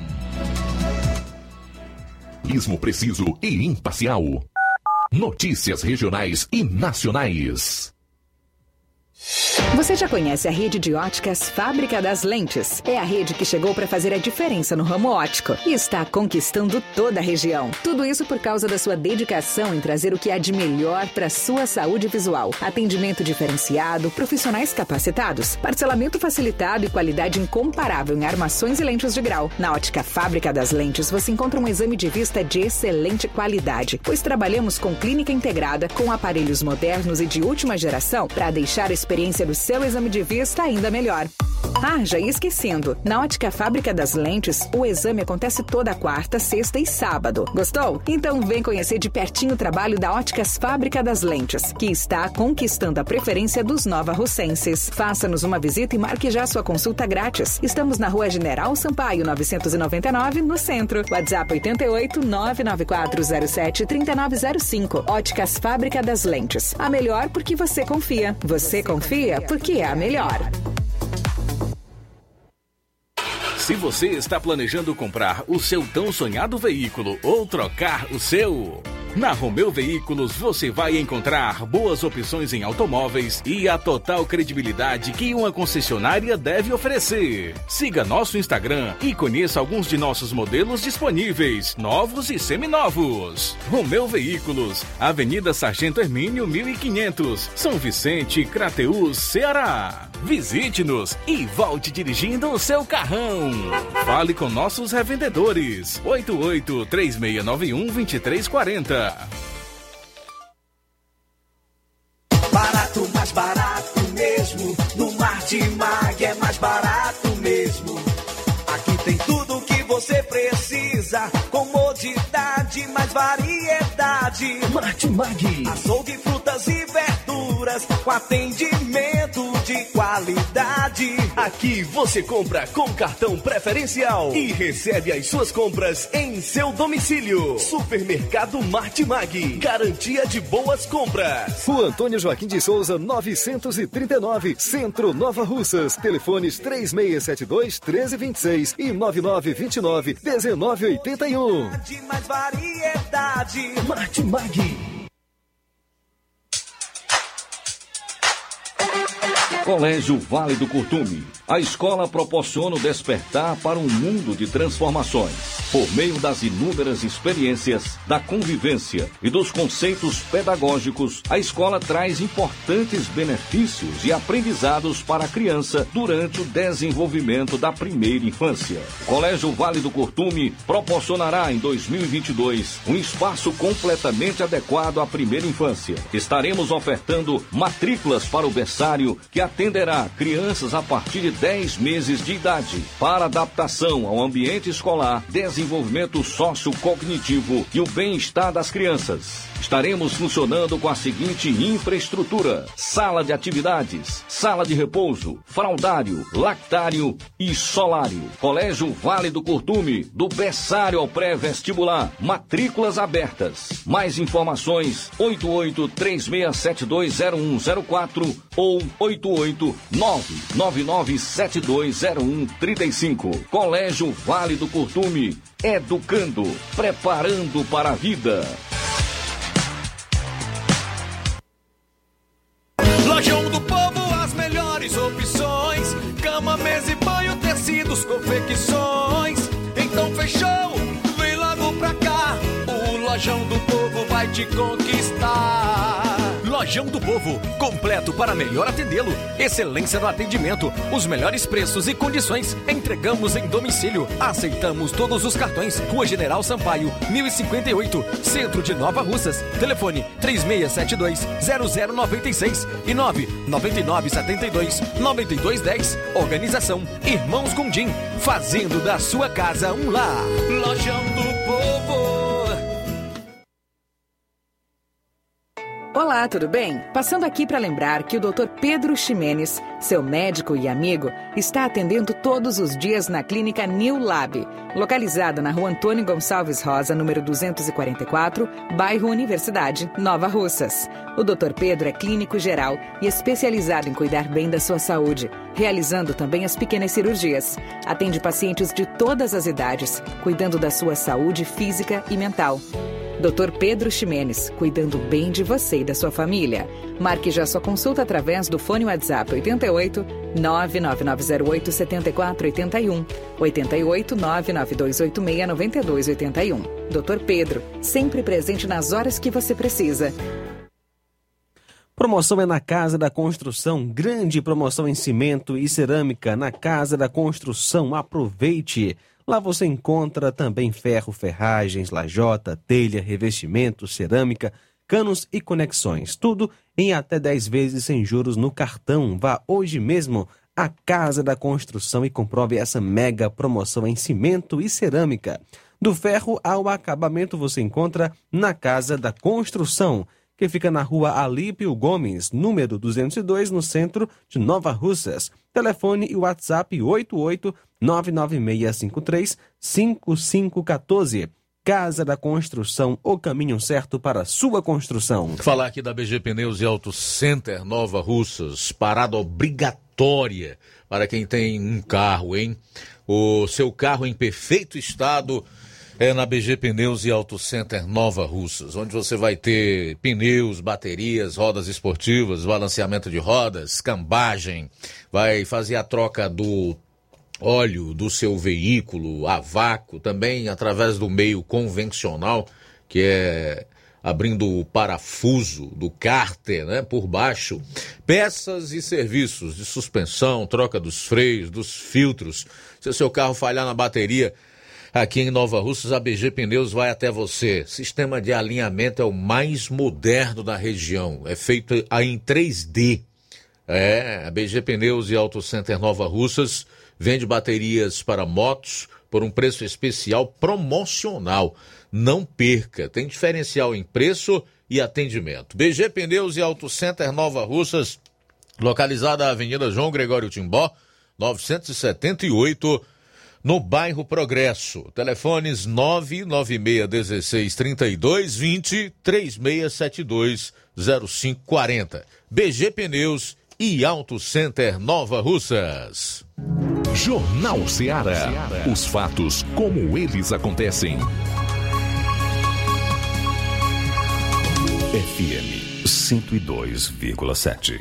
Ismo preciso e imparcial. Notícias regionais e nacionais. Você já conhece a rede de óticas Fábrica das Lentes? É a rede que chegou para fazer a diferença no ramo óptico e está conquistando toda a região. Tudo isso por causa da sua dedicação em trazer o que há de melhor para sua saúde visual. Atendimento diferenciado, profissionais capacitados, parcelamento facilitado e qualidade incomparável em armações e lentes de grau. Na ótica Fábrica das Lentes você encontra um exame de vista de excelente qualidade, pois trabalhamos com clínica integrada, com aparelhos modernos e de última geração para deixar a experiência do seu exame de vista ainda melhor. Ah, já ia esquecendo. Na ótica Fábrica das Lentes, o exame acontece toda quarta, sexta e sábado. Gostou? Então vem conhecer de pertinho o trabalho da Óticas Fábrica das Lentes, que está conquistando a preferência dos novarrocenses. Faça-nos uma visita e marque já sua consulta grátis. Estamos na Rua General Sampaio, 999, no centro. WhatsApp 88 99407 3905. Óticas Fábrica das Lentes. A melhor porque você confia. Você confia porque é a melhor. Se você está planejando comprar o seu tão sonhado veículo ou trocar o seu, na Romeu Veículos você vai encontrar boas opções em automóveis e a total credibilidade que uma concessionária deve oferecer. Siga nosso Instagram e conheça alguns de nossos modelos disponíveis, novos e seminovos. Romeu Veículos, Avenida Sargento Hermínio 1500, São Vicente, Crateús, Ceará. Visite-nos e volte dirigindo o seu carrão. Fale com nossos revendedores. 88-3691-2340. Barato, mais barato mesmo. No Martimag é mais barato mesmo. Aqui tem tudo o que você precisa. Comodidade, mais variedade. Martimag. Açougue, frutas e verduras com atendimento de qualidade. Aqui você compra com cartão preferencial e recebe as suas compras em seu domicílio. Supermercado Martimag, garantia de boas compras. Rua Antônio Joaquim de Souza, 939, Centro, Nova Russas. Telefones 3672-1326 e 9929-1981. De mais variedade. Martimag. Colégio Vale do Curtume. A escola proporciona o despertar para um mundo de transformações. Por meio das inúmeras experiências, da convivência e dos conceitos pedagógicos, a escola traz importantes benefícios e aprendizados para a criança durante o desenvolvimento da primeira infância. O Colégio Vale do Curtume proporcionará em 2022 um espaço completamente adequado à primeira infância. Estaremos ofertando matrículas para o berçário que atenderá crianças a partir de 10 meses de idade, para adaptação ao ambiente escolar, desenvolvimento sociocognitivo e o bem-estar das crianças. Estaremos funcionando com a seguinte infraestrutura: sala de atividades, sala de repouso, fraldário, lactário e solário. Colégio Vale do Curtume, do berçário ao pré-vestibular, matrículas abertas. Mais informações: 88-36720104 ou 889-99720135. Colégio Vale do Curtume, educando, preparando para a vida. Lojão do Povo, as melhores opções: cama, mesa e banho, tecidos, confecções. Então fechou, Lojão do Povo vai te conquistar. Lojão do Povo, completo para melhor atendê-lo. Excelência no atendimento, os melhores preços e condições. Entregamos em domicílio. Aceitamos todos os cartões. Rua General Sampaio, 1058, Centro de Nova Russas. Telefone 3672-0096 e 99972-9210. Organização Irmãos Gondim, fazendo da sua casa um lar. Lojão do Povo. Olá, tudo bem? Passando aqui para lembrar que o Dr. Pedro Ximenes, seu médico e amigo, está atendendo todos os dias na clínica New Lab, localizada na Rua Antônio Gonçalves Rosa, número 244, bairro Universidade, Nova Russas. O Dr. Pedro é clínico geral e especializado em cuidar bem da sua saúde, realizando também as pequenas cirurgias. Atende pacientes de todas as idades, cuidando da sua saúde física e mental. Dr. Pedro Ximenes, cuidando bem de você e da sua família. Marque já sua consulta através do fone WhatsApp 88 99908 7481, 88 99286 9281. Dr. Pedro, sempre presente nas horas que você precisa. Promoção é na Casa da Construção, grande promoção em cimento e cerâmica na Casa da Construção. Aproveite! Lá você encontra também ferro, ferragens, lajota, telha, revestimento, cerâmica, canos e conexões. Tudo em até 10 vezes sem juros no cartão. Vá hoje mesmo à Casa da Construção e comprove essa mega promoção em cimento e cerâmica. Do ferro ao acabamento você encontra na Casa da Construção, que fica na Rua Alípio Gomes, número 202, no centro de Nova Russas. Telefone e WhatsApp 88-99653-5514. Casa da Construção, o caminho certo para a sua construção. Falar aqui da BG Pneus e Auto Center Nova Russas, parada obrigatória para quem tem um carro, hein? O seu carro em perfeito estado é na BG Pneus e Auto Center Nova Russas, onde você vai ter pneus, baterias, rodas esportivas, balanceamento de rodas, cambagem, vai fazer a troca do óleo do seu veículo a vácuo, também através do meio convencional, que é abrindo o parafuso do cárter, né, por baixo, peças e serviços de suspensão, troca dos freios, dos filtros. Se o seu carro falhar na bateria, aqui em Nova Russas, a BG Pneus vai até você. Sistema de alinhamento é o mais moderno da região. É feito em 3D. A BG Pneus e Auto Center Nova Russas vende baterias para motos por um preço especial promocional. Não perca. Tem diferencial em preço e atendimento. BG Pneus e Auto Center Nova Russas, localizada na Avenida João Gregório Timbó, 978, no bairro Progresso. Telefones 996163220, 36720540. BG Pneus e Auto Center Nova Russas. Jornal Ceará. Os fatos como eles acontecem. FM 102,7.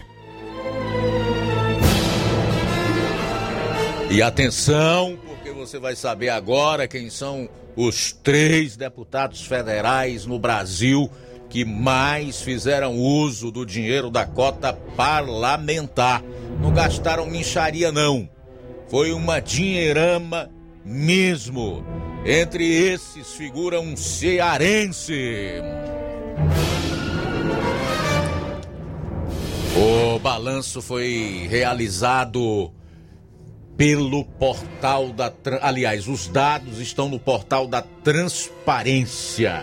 E atenção, porque você vai saber agora quem são os 3 deputados federais no Brasil que mais fizeram uso do dinheiro da cota parlamentar. Não gastaram mixaria, não. Foi uma dinheirama mesmo. Entre esses figura um cearense. O balanço foi realizado pelo portal da... Aliás, os dados estão no portal da Transparência.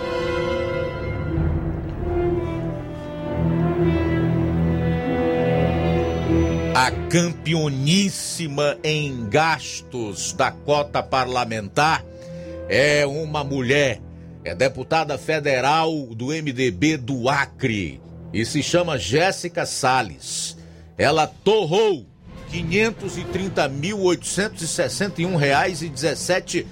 A campeoníssima em gastos da cota parlamentar é uma mulher, é deputada federal do MDB do Acre e se chama Jéssica Salles. Ela torrou R$ 530.861,17.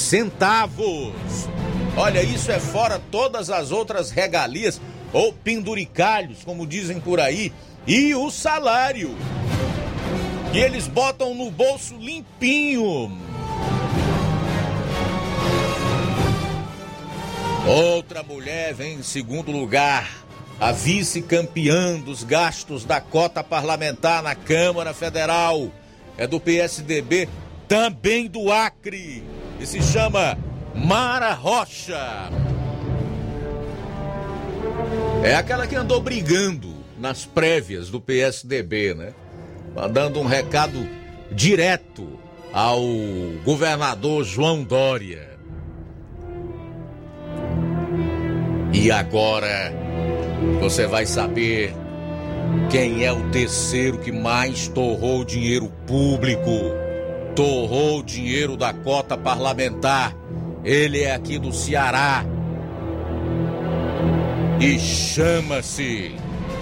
Olha, isso é fora todas as outras regalias ou penduricalhos, como dizem por aí, e o salário que eles botam no bolso limpinho. Outra mulher vem em segundo lugar, a vice-campeã dos gastos da cota parlamentar na Câmara Federal. É do PSDB, também do Acre, e se chama Mara Rocha. É aquela que andou brigando nas prévias do PSDB, né? Mandando um recado direto ao governador João Dória. E agora você vai saber quem é o terceiro que mais torrou dinheiro público, torrou dinheiro da cota parlamentar. Ele é aqui do Ceará e chama-se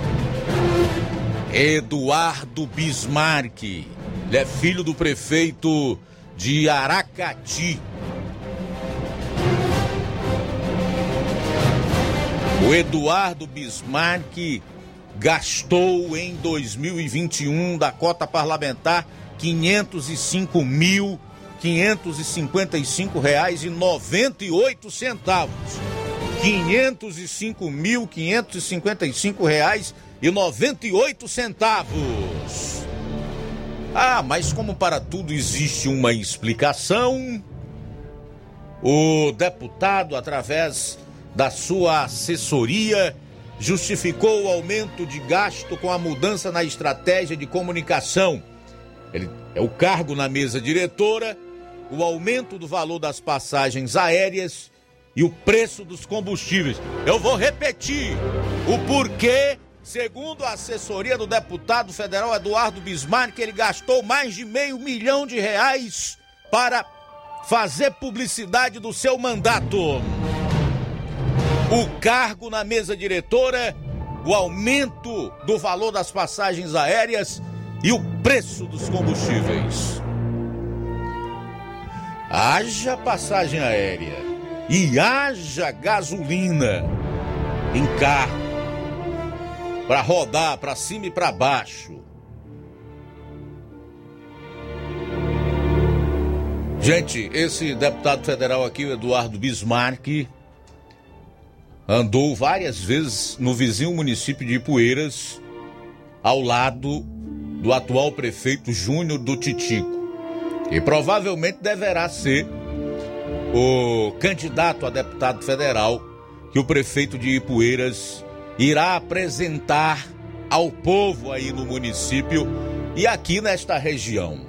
Eduardo Bismarck. Ele é filho do prefeito de Aracati. O Eduardo Bismarck gastou em 2021 da cota parlamentar R$ 505.555,98. R$ 505.555,98. Ah, mas como para tudo existe uma explicação, o deputado, através da sua assessoria, justificou o aumento de gasto com a mudança na estratégia de comunicação. Ele é o cargo na mesa diretora, o aumento do valor das passagens aéreas e o preço dos combustíveis. Eu vou repetir o porquê. Segundo a assessoria do deputado federal Eduardo Bismarck, ele gastou mais de R$500 mil para fazer publicidade do seu mandato. O cargo na mesa diretora, o aumento do valor das passagens aéreas e o preço dos combustíveis. Haja passagem aérea e haja gasolina em carro para rodar para cima e para baixo. Gente, esse deputado federal aqui, o Eduardo Bismarck, andou várias vezes no vizinho município de Ipueiras, ao lado do atual prefeito Júnior do Titico. E provavelmente deverá ser o candidato a deputado federal que o prefeito de Ipueiras irá apresentar ao povo aí no município e aqui nesta região.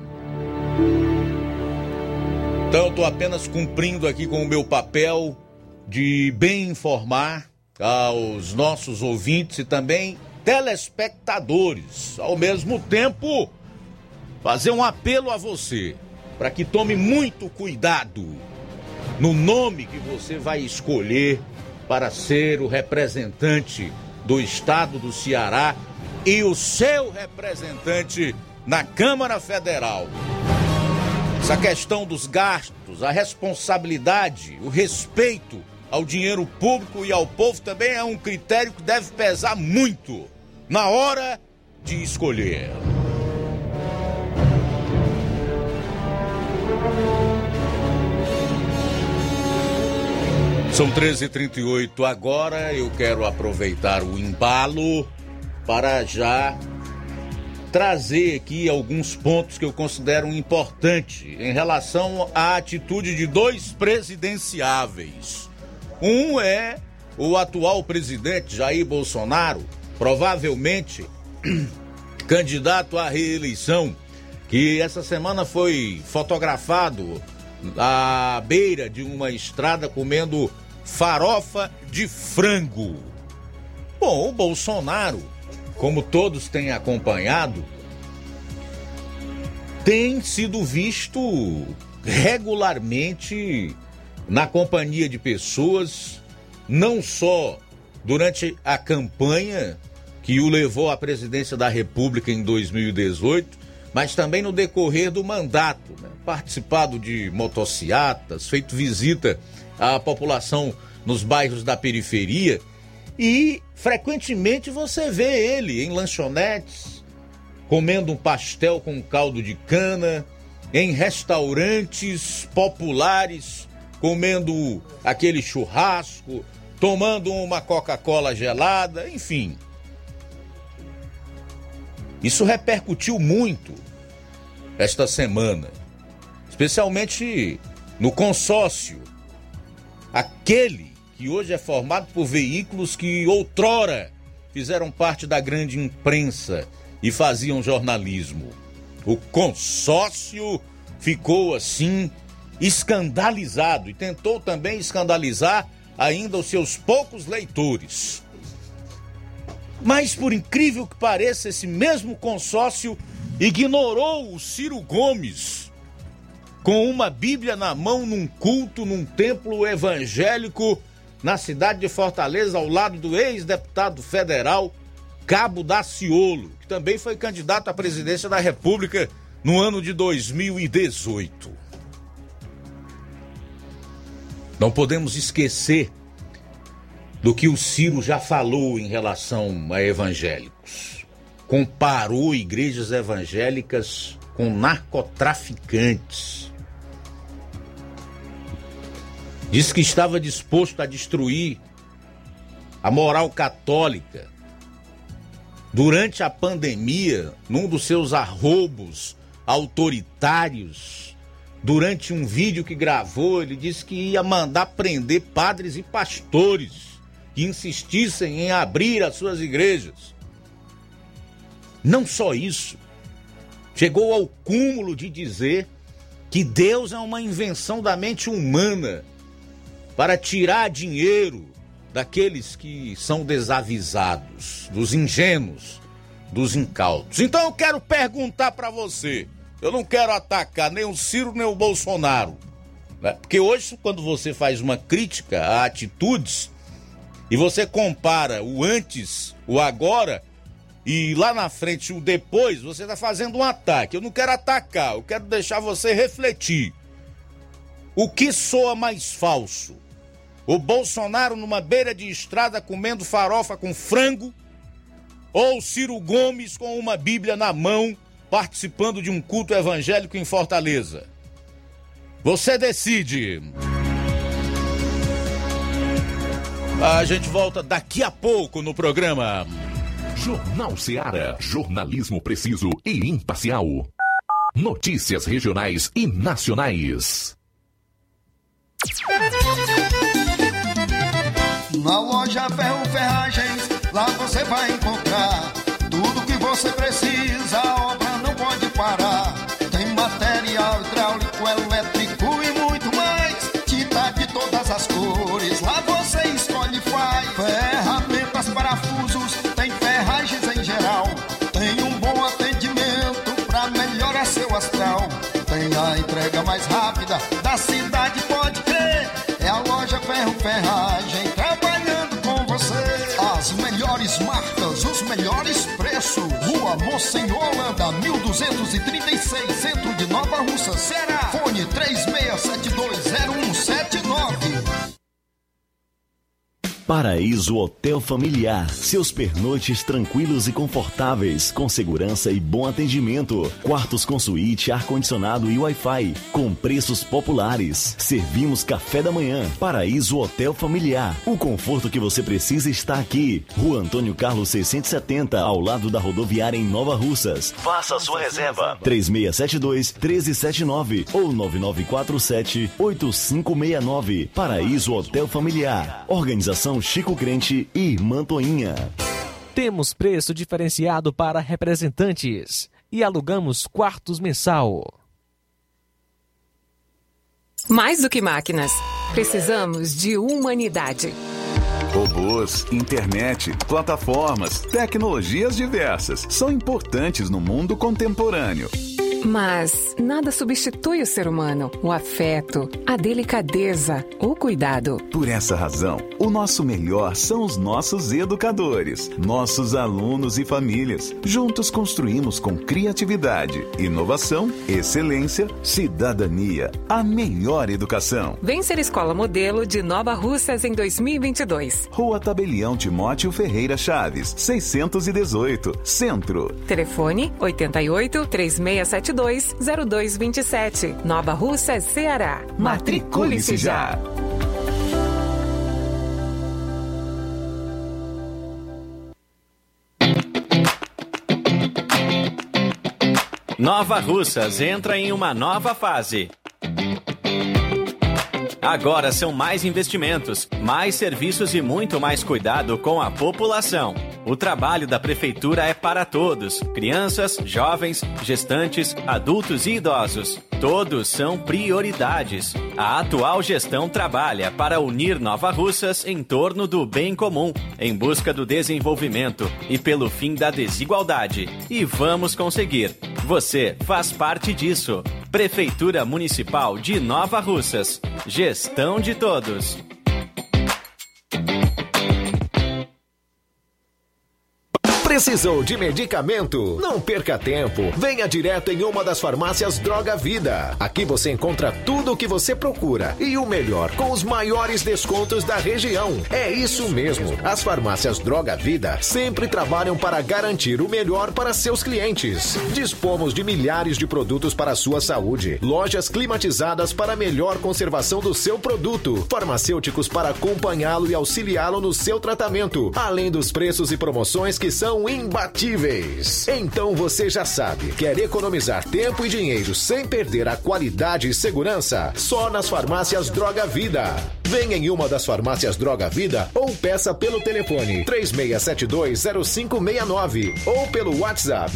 Então eu estou apenas cumprindo aqui com o meu papel de bem informar aos nossos ouvintes e também telespectadores. Ao mesmo tempo, fazer um apelo a você para que tome muito cuidado no nome que você vai escolher para ser o representante do estado do Ceará e o seu representante na Câmara Federal. Essa questão dos gastos, a responsabilidade, o respeito ao dinheiro público e ao povo também é um critério que deve pesar muito na hora de escolher. São 13h38 agora. Eu quero aproveitar o embalo para já trazer aqui alguns pontos que eu considero importantes em relação à atitude de dois presidenciáveis. Um é o atual presidente Jair Bolsonaro, provavelmente candidato à reeleição, que essa semana foi fotografado à beira de uma estrada comendo farofa de frango. Bom, o Bolsonaro, como todos têm acompanhado, tem sido visto regularmente na companhia de pessoas, não só durante a campanha que o levou à presidência da República em 2018, mas também no decorrer do mandato, né? Participado de motociatas, feito visita à população nos bairros da periferia e frequentemente você vê ele em lanchonetes, comendo um pastel com caldo de cana, em restaurantes populares comendo aquele churrasco, tomando uma Coca-Cola gelada, enfim. Isso repercutiu muito esta semana, especialmente no consórcio, aquele que hoje é formado por veículos que outrora fizeram parte da grande imprensa e faziam jornalismo. O consórcio ficou assim escandalizado e tentou também escandalizar ainda os seus poucos leitores. Mas, por incrível que pareça, esse mesmo consórcio ignorou o Ciro Gomes com uma Bíblia na mão num culto, num templo evangélico na cidade de Fortaleza, ao lado do ex-deputado federal Cabo Daciolo, que também foi candidato à presidência da República no ano de 2018. Não podemos esquecer do que o Ciro já falou em relação a evangélicos. Comparou igrejas evangélicas com narcotraficantes. Diz que estava disposto a destruir a moral católica. Durante a pandemia, num dos seus arroubos autoritários, durante um vídeo que gravou, ele disse que ia mandar prender padres e pastores que insistissem em abrir as suas igrejas. Não só isso, chegou ao cúmulo de dizer que Deus é uma invenção da mente humana para tirar dinheiro daqueles que são desavisados, dos ingênuos, dos incautos. Então eu quero perguntar para você, eu não quero atacar nem o Ciro nem o Bolsonaro, né? Porque hoje, quando você faz uma crítica a atitudes e você compara o antes, o agora e lá na frente o depois, você está fazendo um ataque. Eu não quero atacar, eu quero deixar você refletir. O que soa mais falso? O Bolsonaro numa beira de estrada comendo farofa com frango, ou Ciro Gomes com uma Bíblia na mão participando de um culto evangélico em Fortaleza? Você decide. A gente volta daqui a pouco no programa Jornal Ceará, jornalismo preciso e imparcial. Notícias regionais e nacionais. Na loja Ferro Ferragens, lá você vai encontrar tudo que você precisa, a obra não pode parar. Tem material hidráulico, elétrico e muito mais, tinta de todas as cores, lá você escolhe e faz. Ferramentas, parafusos, tem ferragens em geral, tem um bom atendimento pra melhorar seu astral. Tem a entrega mais rápida da cidade, pode crer, é a loja Ferro Ferragem trabalhando com você. As melhores marcas, os melhores preços. Rua Monsenhor Holanda, 1236, centro de Nova Russa, Ceará. Fone 36720179. Paraíso Hotel Familiar, seus pernoites tranquilos e confortáveis, com segurança e bom atendimento, quartos com suíte, ar-condicionado e Wi-Fi, com preços populares. Servimos café da manhã. Paraíso Hotel Familiar, o conforto que você precisa está aqui. Rua Antônio Carlos 670, ao lado da rodoviária em Nova Russas. Faça a sua reserva. 3672-1379 ou 9947-8569. Paraíso Hotel Familiar. Organização Chico Crente e Mantoinha. Temos preço diferenciado para representantes e alugamos quartos mensal. Mais do que máquinas, precisamos de humanidade. Robôs, internet, plataformas, tecnologias diversas são importantes no mundo contemporâneo. Mas nada substitui o ser humano, o afeto, a delicadeza, o cuidado cuidado. Por essa razão, o nosso melhor são os nossos educadores, nossos alunos e famílias. Juntos construímos com criatividade, inovação, excelência, cidadania, a melhor educação. Vem ser Escola Modelo de Nova Russas em 2022. Rua Tabelião Timóteo Ferreira Chaves, 618, Centro. Telefone 88-3672-0227. Nova Russas, Ceará. Matricule-se já. Nova Russas entra em uma nova fase. Agora são mais investimentos, mais serviços e muito mais cuidado com a população. O trabalho da Prefeitura é para todos: crianças, jovens, gestantes, adultos e idosos. Todos são prioridades. A atual gestão trabalha para unir Nova Russas em torno do bem comum, em busca do desenvolvimento e pelo fim da desigualdade. E vamos conseguir. Você faz parte disso. Prefeitura Municipal de Nova Russas. Gestão de todos. Precisou de medicamento? Não perca tempo. Venha direto em uma das farmácias Droga Vida. Aqui você encontra tudo o que você procura. E o melhor, com os maiores descontos da região. É isso mesmo. As farmácias Droga Vida sempre trabalham para garantir o melhor para seus clientes. Dispomos de milhares de produtos para a sua saúde. Lojas climatizadas para melhor conservação do seu produto. Farmacêuticos para acompanhá-lo e auxiliá-lo no seu tratamento. Além dos preços e promoções que são imbatíveis. Então você já sabe, quer economizar tempo e dinheiro sem perder a qualidade e segurança? Só nas farmácias Droga Vida. Venha em uma das farmácias Droga Vida ou peça pelo telefone 36720569 ou pelo WhatsApp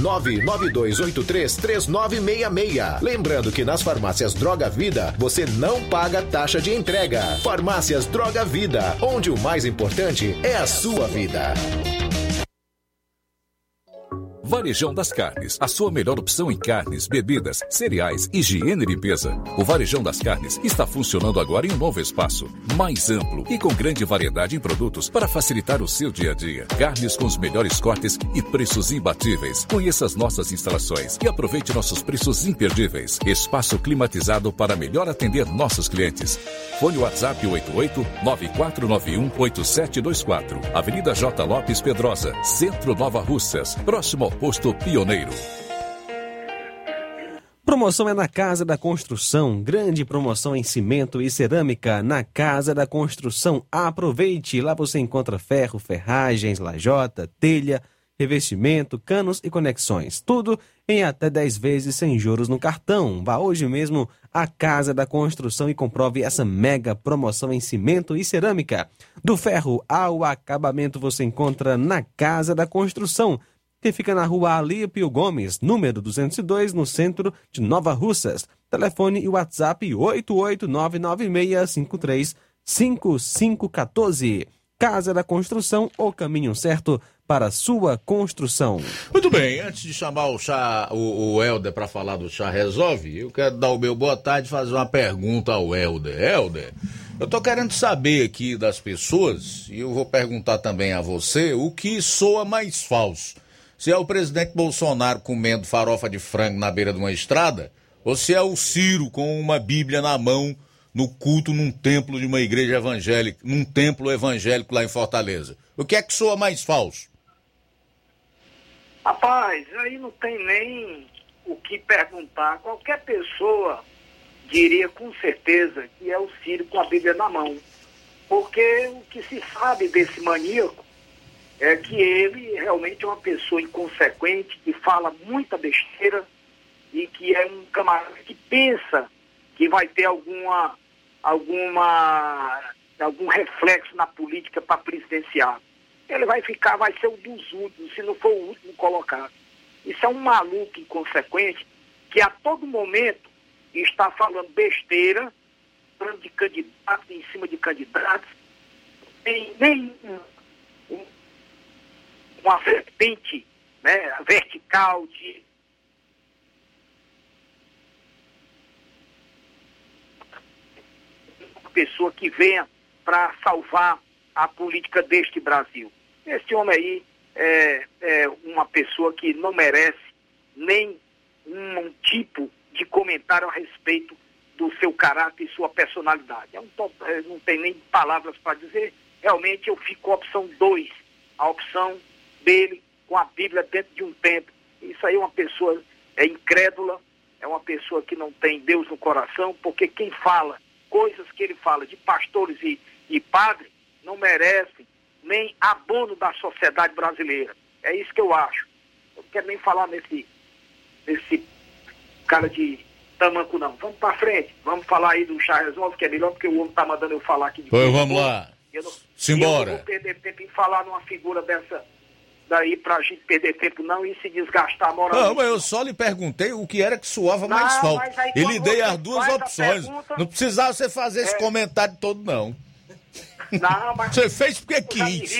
992833966. Lembrando que nas farmácias Droga Vida você não paga taxa de entrega. Farmácias Droga Vida, onde o mais importante é a sua vida. Varejão das Carnes, a sua melhor opção em carnes, bebidas, cereais, higiene e limpeza. O Varejão das Carnes está funcionando agora em um novo espaço, mais amplo e com grande variedade em produtos para facilitar o seu dia a dia. Carnes com os melhores cortes e preços imbatíveis. Conheça as nossas instalações e aproveite nossos preços imperdíveis. Espaço climatizado para melhor atender nossos clientes. Fone WhatsApp 88-9491-8724. Avenida J. Lopes Pedrosa, Centro Nova Russas, próximo ao Posto Pioneiro. Promoção é na Casa da Construção. Grande promoção em cimento e cerâmica na Casa da Construção. Aproveite! Lá você encontra ferro, ferragens, lajota, telha, revestimento, canos e conexões. Tudo em até 10 vezes sem juros no cartão. Vá hoje mesmo à Casa da Construção e comprove essa mega promoção em cimento e cerâmica. Do ferro ao acabamento você encontra na Casa da Construção, que fica na rua Alípio Gomes, número 202, no centro de Nova Russas. Telefone e WhatsApp 88996535514. Casa da Construção, o caminho certo para a sua construção. Muito bem, antes de chamar o Helder para falar do Chá Resolve, eu quero dar o meu boa tarde e fazer uma pergunta ao Helder. Helder, eu tô querendo saber aqui das pessoas, e eu vou perguntar também a você, o que soa mais falso. Se é o presidente Bolsonaro comendo farofa de frango na beira de uma estrada, ou se é o Ciro com uma Bíblia na mão no culto num templo de uma igreja evangélica, num templo evangélico lá em Fortaleza. O que é que soa mais falso? Rapaz, aí não tem nem o que perguntar. Qualquer pessoa diria com certeza que é o Ciro com a Bíblia na mão. Porque o que se sabe desse maníaco é que ele realmente é uma pessoa inconsequente, que fala muita besteira e que é um camarada que pensa que vai ter algum reflexo na política para presidenciar. Ele vai ser um dos últimos, se não for o último colocado. Isso é um maluco inconsequente que a todo momento está falando besteira, falando de candidatos, em cima de candidatos, nem uma vertente, né, vertical de pessoa que venha para salvar a política deste Brasil. Esse homem aí é uma pessoa que não merece nem um tipo de comentário a respeito do seu caráter e sua personalidade. Não tem nem palavras para dizer. Realmente eu fico com a opção 2, a opção dele com a Bíblia dentro de um templo. Isso aí é uma pessoa incrédula, é uma pessoa que não tem Deus no coração, porque quem fala coisas que ele fala de pastores e padres não merecem nem abono da sociedade brasileira. É isso que eu acho. Eu não quero nem falar nesse cara de tamanco, não. Vamos para frente. Vamos falar aí do Chá Resolve, que é melhor, porque o homem está mandando eu falar aqui. Vamos lá. Simbora. Eu não vou perder tempo em falar numa figura dessa daí pra gente perder tempo não e se desgastar moralmente. Não, mas eu só lhe perguntei o que era que suava mais falta. E lhe dei as duas opções. Não precisava você fazer esse comentário todo, não. Não, mas você fez porque quis.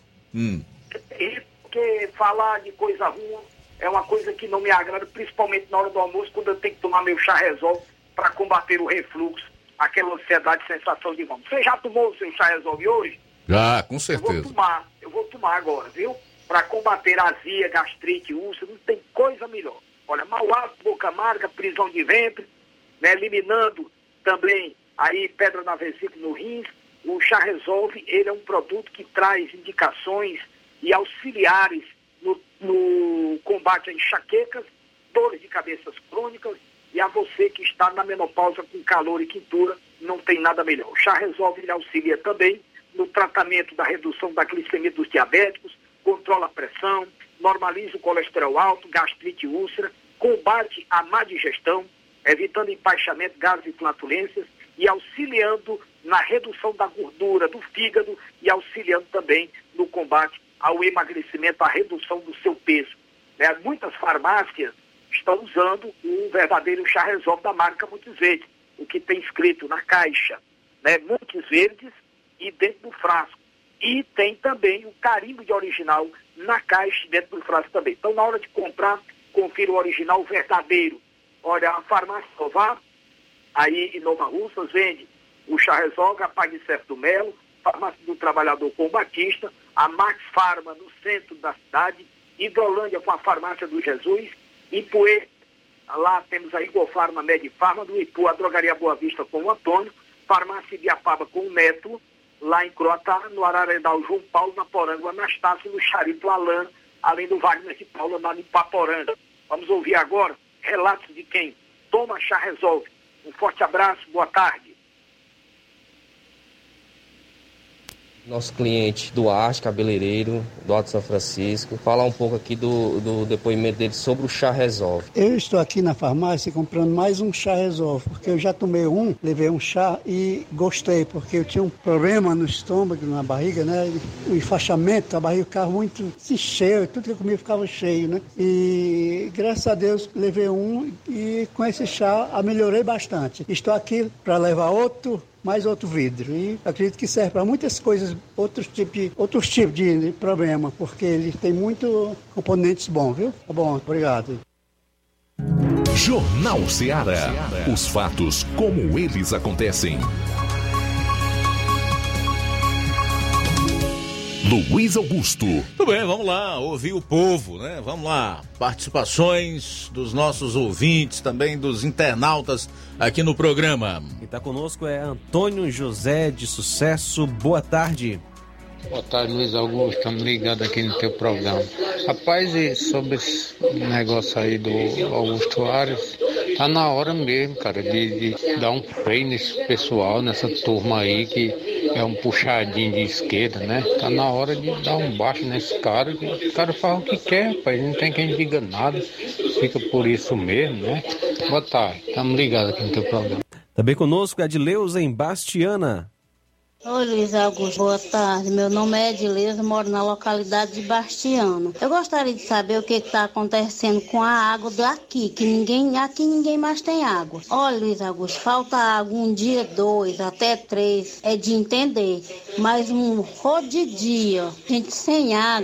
Porque falar de coisa ruim é uma coisa que não me agrada, principalmente na hora do almoço, quando eu tenho que tomar meu chá Resolve para combater o refluxo, aquela ansiedade, sensação de vômito. Você já tomou o seu chá Resolve hoje? Já, com certeza. Eu vou tomar agora, viu? Para combater azia, gastrite, úlcera, não tem coisa melhor. Olha, mau hálito, boca amarga, prisão de ventre, né, eliminando também aí pedra na vesícula, no rins. O Chá Resolve, ele é um produto que traz indicações e auxiliares no combate a enxaquecas, dores de cabeças crônicas, e a você que está na menopausa com calor e quintura, não tem nada melhor. O Chá Resolve, ele auxilia também no tratamento da redução da glicemia dos diabéticos, controla a pressão, normaliza o colesterol alto, gastrite e úlcera, combate a má digestão, evitando empaixamento, gases e flatulências e auxiliando na redução da gordura do fígado e auxiliando também no combate ao emagrecimento, à redução do seu peso. Muitas farmácias estão usando o verdadeiro Chá Resolve da marca Montes Verdes, o que tem escrito na caixa, Montes Verdes e dentro do frasco. E tem também o carimbo de original na caixa dentro do frasco também. Então, na hora de comprar, confira o original verdadeiro. Olha, a farmácia Novar, aí em Nova Russas, vende o Chá Resolve, a Pagnicef do Melo, Farmácia do Trabalhador com o Batista, a Max Farma no centro da cidade, Hidrolândia com a Farmácia do Jesus, Ipuê, lá temos a Igor Farma, Medifarma, do Ipu, a Drogaria Boa Vista com o Antônio, Farmácia Ibiapaba com o Neto, lá em Croatá, no Ararendal João Paulo, na Poranga Anastácio, no Charito Alan, além do Wagner de Paula, lá em Paporanga. Vamos ouvir agora relatos de quem toma Chá Resolve. Um forte abraço, boa tarde. Nosso cliente Duarte, cabeleireiro, do Alto São Francisco, falar um pouco aqui do depoimento dele sobre o Chá Resolve. Eu estou aqui na farmácia comprando mais um Chá Resolve, porque eu já tomei levei um chá e gostei, porque eu tinha um problema no estômago, na barriga, né? O enfaixamento, a barriga ficava muito cheia, tudo que eu comia ficava cheio, né? E graças a Deus levei um e com esse chá melhorei bastante. Estou aqui para levar mais outro vidro. E acredito que serve para muitas coisas, outros tipos de problema, porque ele tem muitos componentes bons, viu? Tá bom, obrigado. Jornal Ceará. Os fatos como eles acontecem. Luiz Augusto. Tudo bem, vamos lá, ouvir o povo, né? Vamos lá, participações dos nossos ouvintes, também dos internautas aqui no programa. Quem está conosco é Antônio José de Sucesso, boa tarde. Boa tarde, Luiz Augusto, estamos ligados aqui no teu programa. Rapaz, e sobre esse negócio aí do Augusto Aras, tá na hora mesmo, cara, de dar um freio nesse pessoal, nessa turma aí que é um puxadinho de esquerda, né? Tá na hora de dar um baixo nesse cara, que o cara fala o que quer, rapaz, não tem quem diga nada, fica por isso mesmo, né? Boa tarde, estamos ligados aqui no teu programa. Também conosco é Edileuza em Bastiana. Oi, Luiz Augusto, boa tarde. Meu nome é Edileuza, moro na localidade de Bastiana. Eu gostaria de saber o que está acontecendo com a água daqui, que ninguém mais tem água. Olha, Luiz Augusto, falta água um dia, 2, até 3, é de entender. Mas um rodo de dia, gente sem água,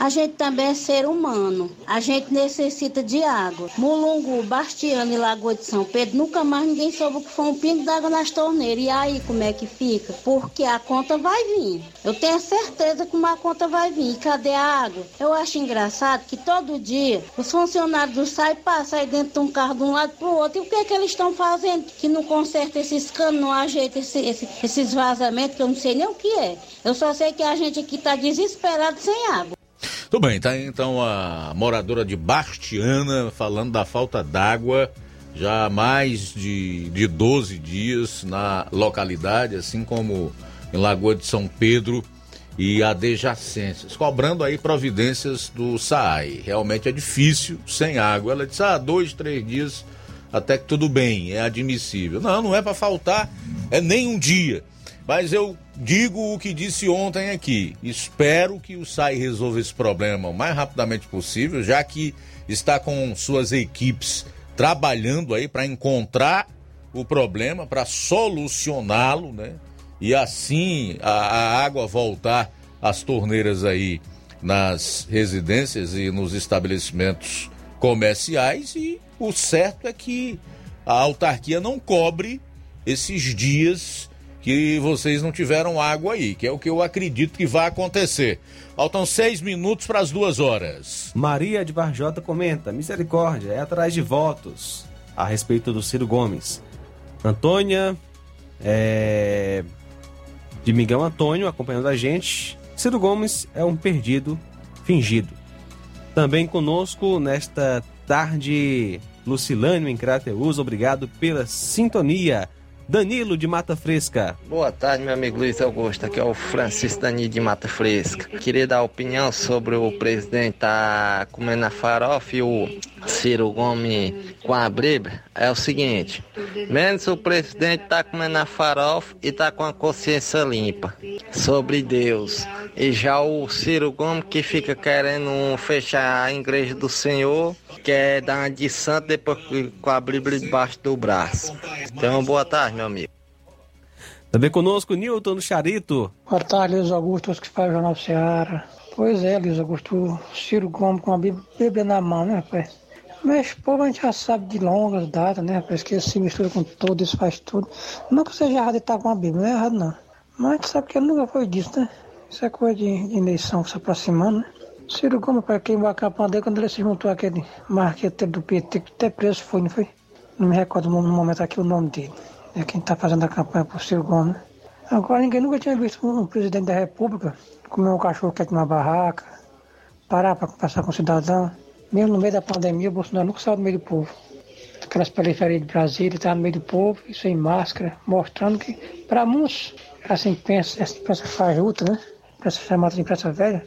A gente também é ser humano. A gente necessita de água. Mulungu, Bastiano e Lagoa de São Pedro, nunca mais ninguém soube o que foi um pingo d'água nas torneiras. E aí, como é que fica? Porque a conta vai vir. Eu tenho certeza que uma conta vai vir. E cadê a água? Eu acho engraçado que todo dia os funcionários do SAI passam aí dentro de um carro de um lado pro outro. E o que é que eles estão fazendo? Que não conserta esses canos, não ajeita esses vazamentos, que eu não sei nem o que é. Eu só sei que a gente aqui tá desesperado sem água. Tudo bem, tá aí então a moradora de Bastiana falando da falta d'água já há mais de 12 dias na localidade, assim como em Lagoa de São Pedro e adjacências, cobrando aí providências do SAAI. Realmente é difícil sem água. Ela disse, 2, 3 dias até que tudo bem, é admissível. Não é para faltar, é nem um dia. Mas eu digo o que disse ontem aqui. Espero que o SAI resolva esse problema o mais rapidamente possível, já que está com suas equipes trabalhando aí para encontrar o problema, para solucioná-lo, né? E assim a água voltar às torneiras aí nas residências e nos estabelecimentos comerciais. E o certo é que a autarquia não cobre esses dias que vocês não tiveram água aí, que é o que eu acredito que vai acontecer. Faltam 6 minutos para as 2 horas. Maria de Varjota comenta, misericórdia, é atrás de votos a respeito do Ciro Gomes. Antônia, de Miguel Antônio, acompanhando a gente. Ciro Gomes é um perdido fingido. Também conosco nesta tarde, Lucilânio em Crateús, obrigado pela sintonia. Danilo de Mata Fresca. Boa tarde, meu amigo Luiz Augusto. Aqui é o Francisco Danilo de Mata Fresca. Queria dar opinião sobre o presidente tá comendo a farofa e o Ciro Gomes com a briba. É o seguinte, menos o presidente tá comendo a farofa e tá com a consciência limpa sobre Deus. E já o Ciro Gomes que fica querendo fechar a igreja do Senhor, quer dar uma de santo depois com a Bíblia debaixo do braço. Então, boa tarde, meu amigo. Também conosco, Nilton do Charito. Boa tarde, Luiz Augusto, os que fazem o Jornal Ceará. Pois é, Luiz Augusto, o Ciro Gomes com a Bíblia na mão, né, rapaz? Mas, pô, a gente já sabe de longas datas, né, rapaz, que se mistura com tudo, isso faz tudo. Não que seja errado ele estar com a Bíblia, não é errado, não. Mas a gente sabe que ele nunca foi disso, né? Isso é coisa de eleição se aproximando, né? Ciro Gomes, para queimou a capa dele quando ele se juntou àquele marqueteiro do PT, que até preso foi, não foi? Não me recordo no momento aqui o nome dele. É quem está fazendo a campanha por Ciro Gomes. Agora ninguém nunca tinha visto um presidente da República comer um cachorro quente numa barraca, parar para conversar com o cidadão. Mesmo no meio da pandemia, o Bolsonaro nunca saiu do meio do povo. Aquelas periferias de Brasília, ele está no meio do povo, e sem máscara, mostrando que, para muitos, assim pensa, essa imprensa fajuta, né? Imprensa chamada de imprensa velha,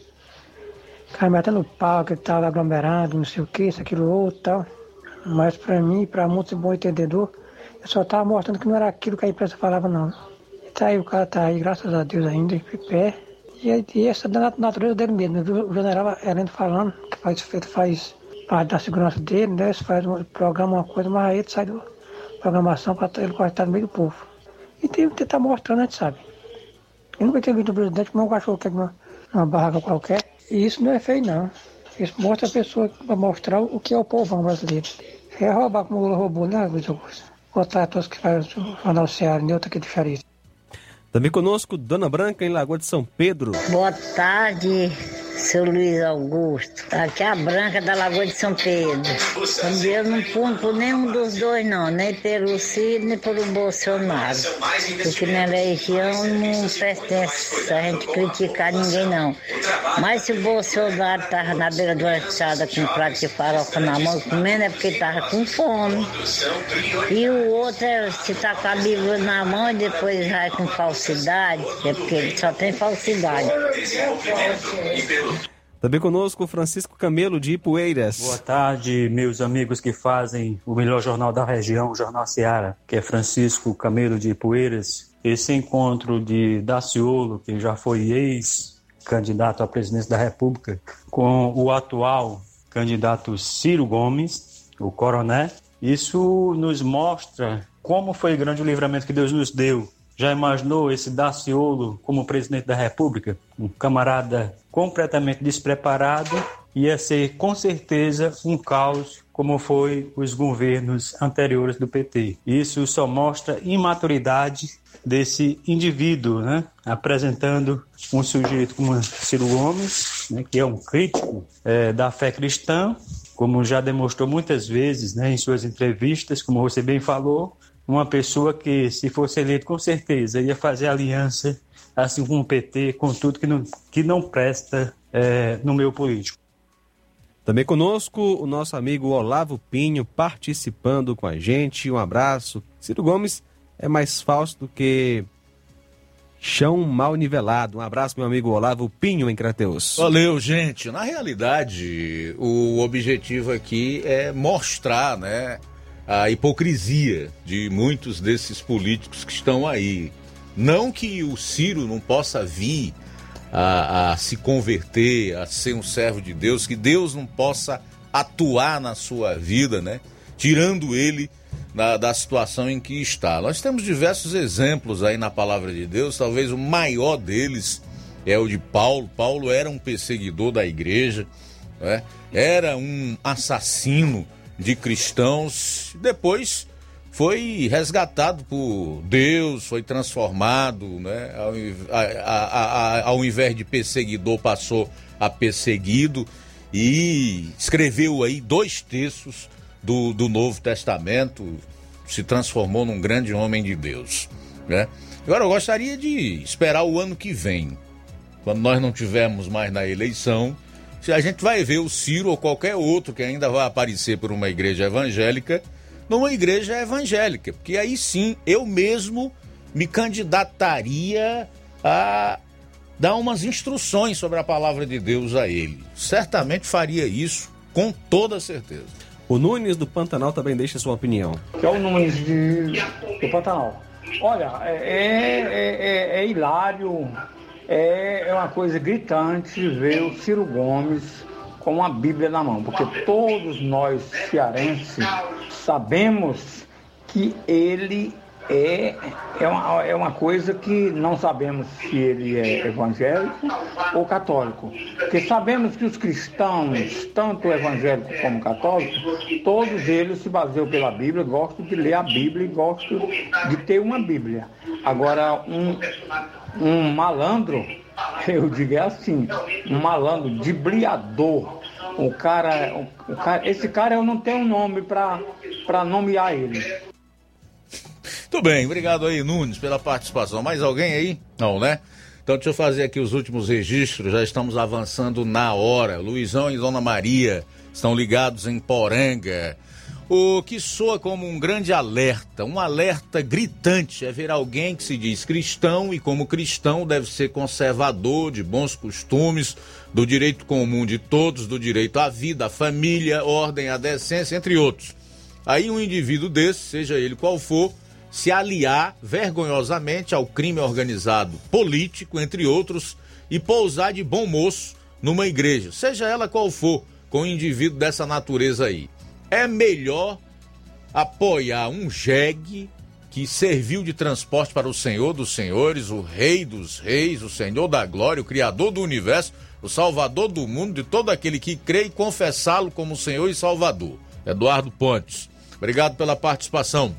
cai metendo o pau, que ele tá aglomerado, não sei o que, isso, aquilo, outro e tal. Mas para mim, para muitos bom entendedor, eu só estava mostrando que não era aquilo que a imprensa falava, não. E tá aí, o cara tá aí, graças a Deus ainda, em pé. E essa é da natureza dele mesmo. O general Heleno falando que faz parte da segurança dele, né? Faz um programa, uma coisa, mas aí ele sai da programação para ele cortar no meio do povo. E tem que estar mostrando, a gente sabe. Eu nunca tinha visto um presidente comer um cachorro quente numa barraca qualquer. E isso não é feio, não. Isso mostra a pessoa para mostrar o que é o povão brasileiro. É roubar como o Lula roubou, né, Luiz Augusto? Botar todos que fazem o Jornal Ceará, nem outra que é diferente. Também conosco, Dona Branca, em Lagoa de São Pedro. Boa tarde, seu Luiz Augusto. Aqui é a Branca da Lagoa de São Pedro. Eu não pulo por nenhum dos dois, não. Nem pelo Ciro, nem pelo Bolsonaro. Porque minha região não pertence a gente criticar ninguém, não. Mas se o Bolsonaro estava na beira de uma estrada com um prato de farofa na mão comendo, é porque estava com fome. E o outro, se está com a Bíblia na mão e depois vai com falsidade, é porque ele só tem falsidade. Também conosco, Francisco Camelo, de Ipueiras. Boa tarde, meus amigos que fazem o melhor jornal da região, o Jornal Ceará, que é Francisco Camelo, de Ipueiras. Esse encontro de Daciolo, que já foi ex-candidato à presidência da República, com o atual candidato Ciro Gomes, o coronel, isso nos mostra como foi grande o livramento que Deus nos deu Já imaginou esse Daciolo como presidente da República? Um camarada completamente despreparado, ia ser com certeza um caos, como foi os governos anteriores do PT. Isso só mostra imaturidade desse indivíduo, né? Apresentando um sujeito como Ciro Gomes, né? Que é um crítico da fé cristã, como já demonstrou muitas vezes, né? Em suas entrevistas, como você bem falou, uma pessoa que, se fosse eleito, com certeza ia fazer aliança, assim com o PT, com tudo que não presta no meio político. Também conosco o nosso amigo Olavo Pinho participando com a gente. Um abraço. Ciro Gomes é mais falso do que chão mal nivelado. Um abraço, meu amigo Olavo Pinho, em Crateús. Valeu, gente. Na realidade, o objetivo aqui é mostrar, né, a hipocrisia de muitos desses políticos que estão aí. Não que o Ciro não possa vir a se converter, a ser um servo de Deus, que Deus não possa atuar na sua vida, né? Tirando ele da situação em que está. Nós temos diversos exemplos aí na palavra de Deus, talvez o maior deles é o de Paulo. Paulo era um perseguidor da igreja, né? Era um assassino de cristãos, depois foi resgatado por Deus, foi transformado, né? Ao invés de perseguidor, passou a perseguido e escreveu aí 2 terços do Novo Testamento, se transformou num grande homem de Deus, né? Agora eu gostaria de esperar o ano que vem, quando nós não tivermos mais na eleição, se a gente vai ver o Ciro ou qualquer outro que ainda vai aparecer por uma igreja evangélica, numa igreja evangélica, porque aí sim eu mesmo me candidataria a dar umas instruções sobre a palavra de Deus a ele. Certamente faria isso com toda certeza. O Nunes do Pantanal também deixa sua opinião. Que é o Nunes do Pantanal. Olha, é hilário, é uma coisa gritante ver o Ciro Gomes com a Bíblia na mão, porque todos nós cearenses sabemos que ele é uma coisa que não sabemos se ele é evangélico ou católico, porque sabemos que os cristãos, tanto evangélicos como católicos, todos eles se baseiam pela Bíblia, gostam de ler a Bíblia e gostam de ter uma Bíblia. Agora, um malandro, eu digo assim, um malandro dibriador, esse cara eu não tenho nome para nomear ele. Muito bem, obrigado aí, Nunes, pela participação. Mais alguém aí? Não, né? Então deixa eu fazer aqui os últimos registros, já estamos avançando na hora. Luizão e Dona Maria estão ligados em Poranga. O que soa como um grande alerta, um alerta gritante, é ver alguém que se diz cristão e como cristão deve ser conservador de bons costumes, do direito comum de todos, do direito à vida, à família, ordem, à decência, entre outros. Aí um indivíduo desse, seja ele qual for, se aliar vergonhosamente ao crime organizado político, entre outros, e pousar de bom moço numa igreja, seja ela qual for, com um indivíduo dessa natureza aí. É melhor apoiar um jegue que serviu de transporte para o Senhor dos Senhores, o Rei dos Reis, o Senhor da Glória, o Criador do Universo, o Salvador do mundo, de todo aquele que crê e confessá-lo como Senhor e Salvador. Eduardo Pontes, obrigado pela participação.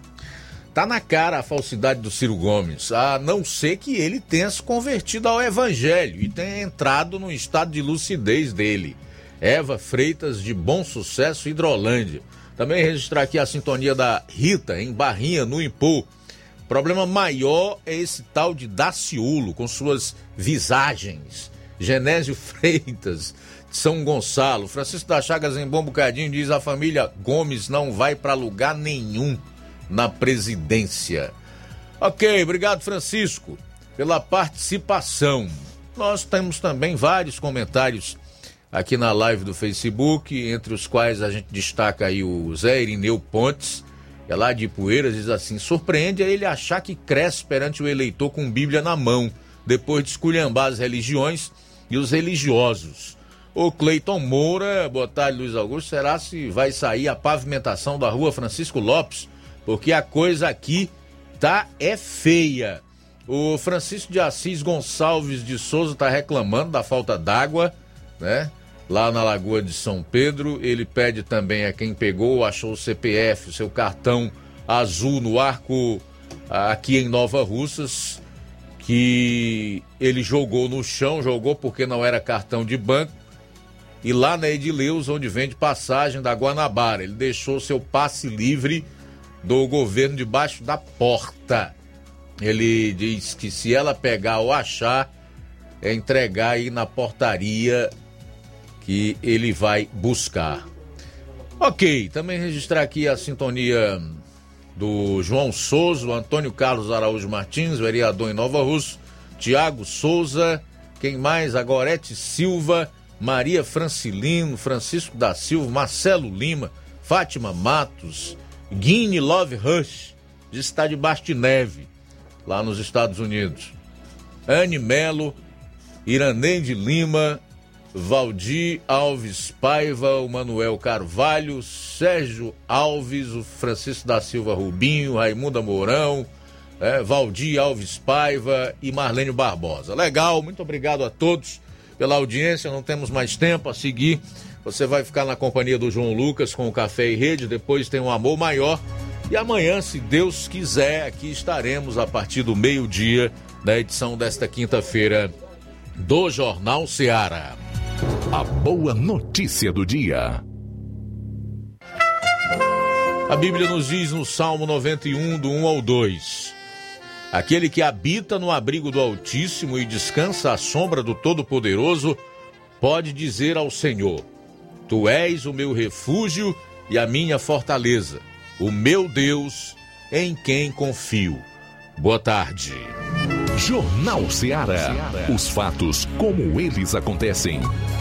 Tá na cara a falsidade do Ciro Gomes, a não ser que ele tenha se convertido ao Evangelho e tenha entrado no estado de lucidez dele. Eva Freitas, de Bom Sucesso, Hidrolândia. Também registrar aqui a sintonia da Rita, em Barrinha, no Impô. O problema maior é esse tal de Daciolo, com suas visagens. Genésio Freitas, de São Gonçalo. Francisco das Chagas, em Bom Bocadinho, diz: a família Gomes não vai para lugar nenhum na presidência. Ok, obrigado, Francisco, pela participação. Nós temos também vários comentários aqui na live do Facebook, entre os quais a gente destaca aí o Zé Irineu Pontes, é lá de Ipueiras, diz assim: surpreende a ele achar que cresce perante o eleitor com Bíblia na mão, depois de esculhambar as religiões e os religiosos. O Cleiton Moura, boa tarde, Luiz Augusto, será se vai sair a pavimentação da rua Francisco Lopes, porque a coisa aqui tá feia. O Francisco de Assis Gonçalves de Souza está reclamando da falta d'água, né? Lá na Lagoa de São Pedro. Ele pede também a quem pegou, achou o CPF, o seu cartão azul no arco aqui em Nova Russas, que ele jogou no chão, jogou porque não era cartão de banco, e lá na Edileus, onde vende passagem da Guanabara, ele deixou seu passe livre do governo debaixo da porta. Ele diz que se ela pegar ou achar, é entregar aí na portaria que ele vai buscar. Ok, também registrar aqui a sintonia do João Souza, o Antônio Carlos Araújo Martins, vereador em Nova Russa, Tiago Souza, quem mais? A Gorete Silva, Maria Francilino, Francisco da Silva, Marcelo Lima, Fátima Matos, Guine Love Rush, está debaixo de neve, lá nos Estados Unidos. Anne Melo, Iraneide Lima, Valdir Alves Paiva, o Manuel Carvalho, Sérgio Alves, o Francisco da Silva Rubinho, Raimunda Mourão, Valdir Alves Paiva e Marlene Barbosa. Legal, muito obrigado a todos pela audiência. Não temos mais tempo a seguir. Você vai ficar na companhia do João Lucas com o Café e Rede, depois tem um Amor Maior. E amanhã, se Deus quiser, aqui estaremos a partir do meio-dia, na edição desta quinta-feira do Jornal Ceará. A boa notícia do dia. A Bíblia nos diz no Salmo 91, do 1 ao 2: aquele que habita no abrigo do Altíssimo e descansa à sombra do Todo-Poderoso, pode dizer ao Senhor: Tu és o meu refúgio e a minha fortaleza, o meu Deus em quem confio. Boa tarde. Jornal Ceará. Os fatos como eles acontecem.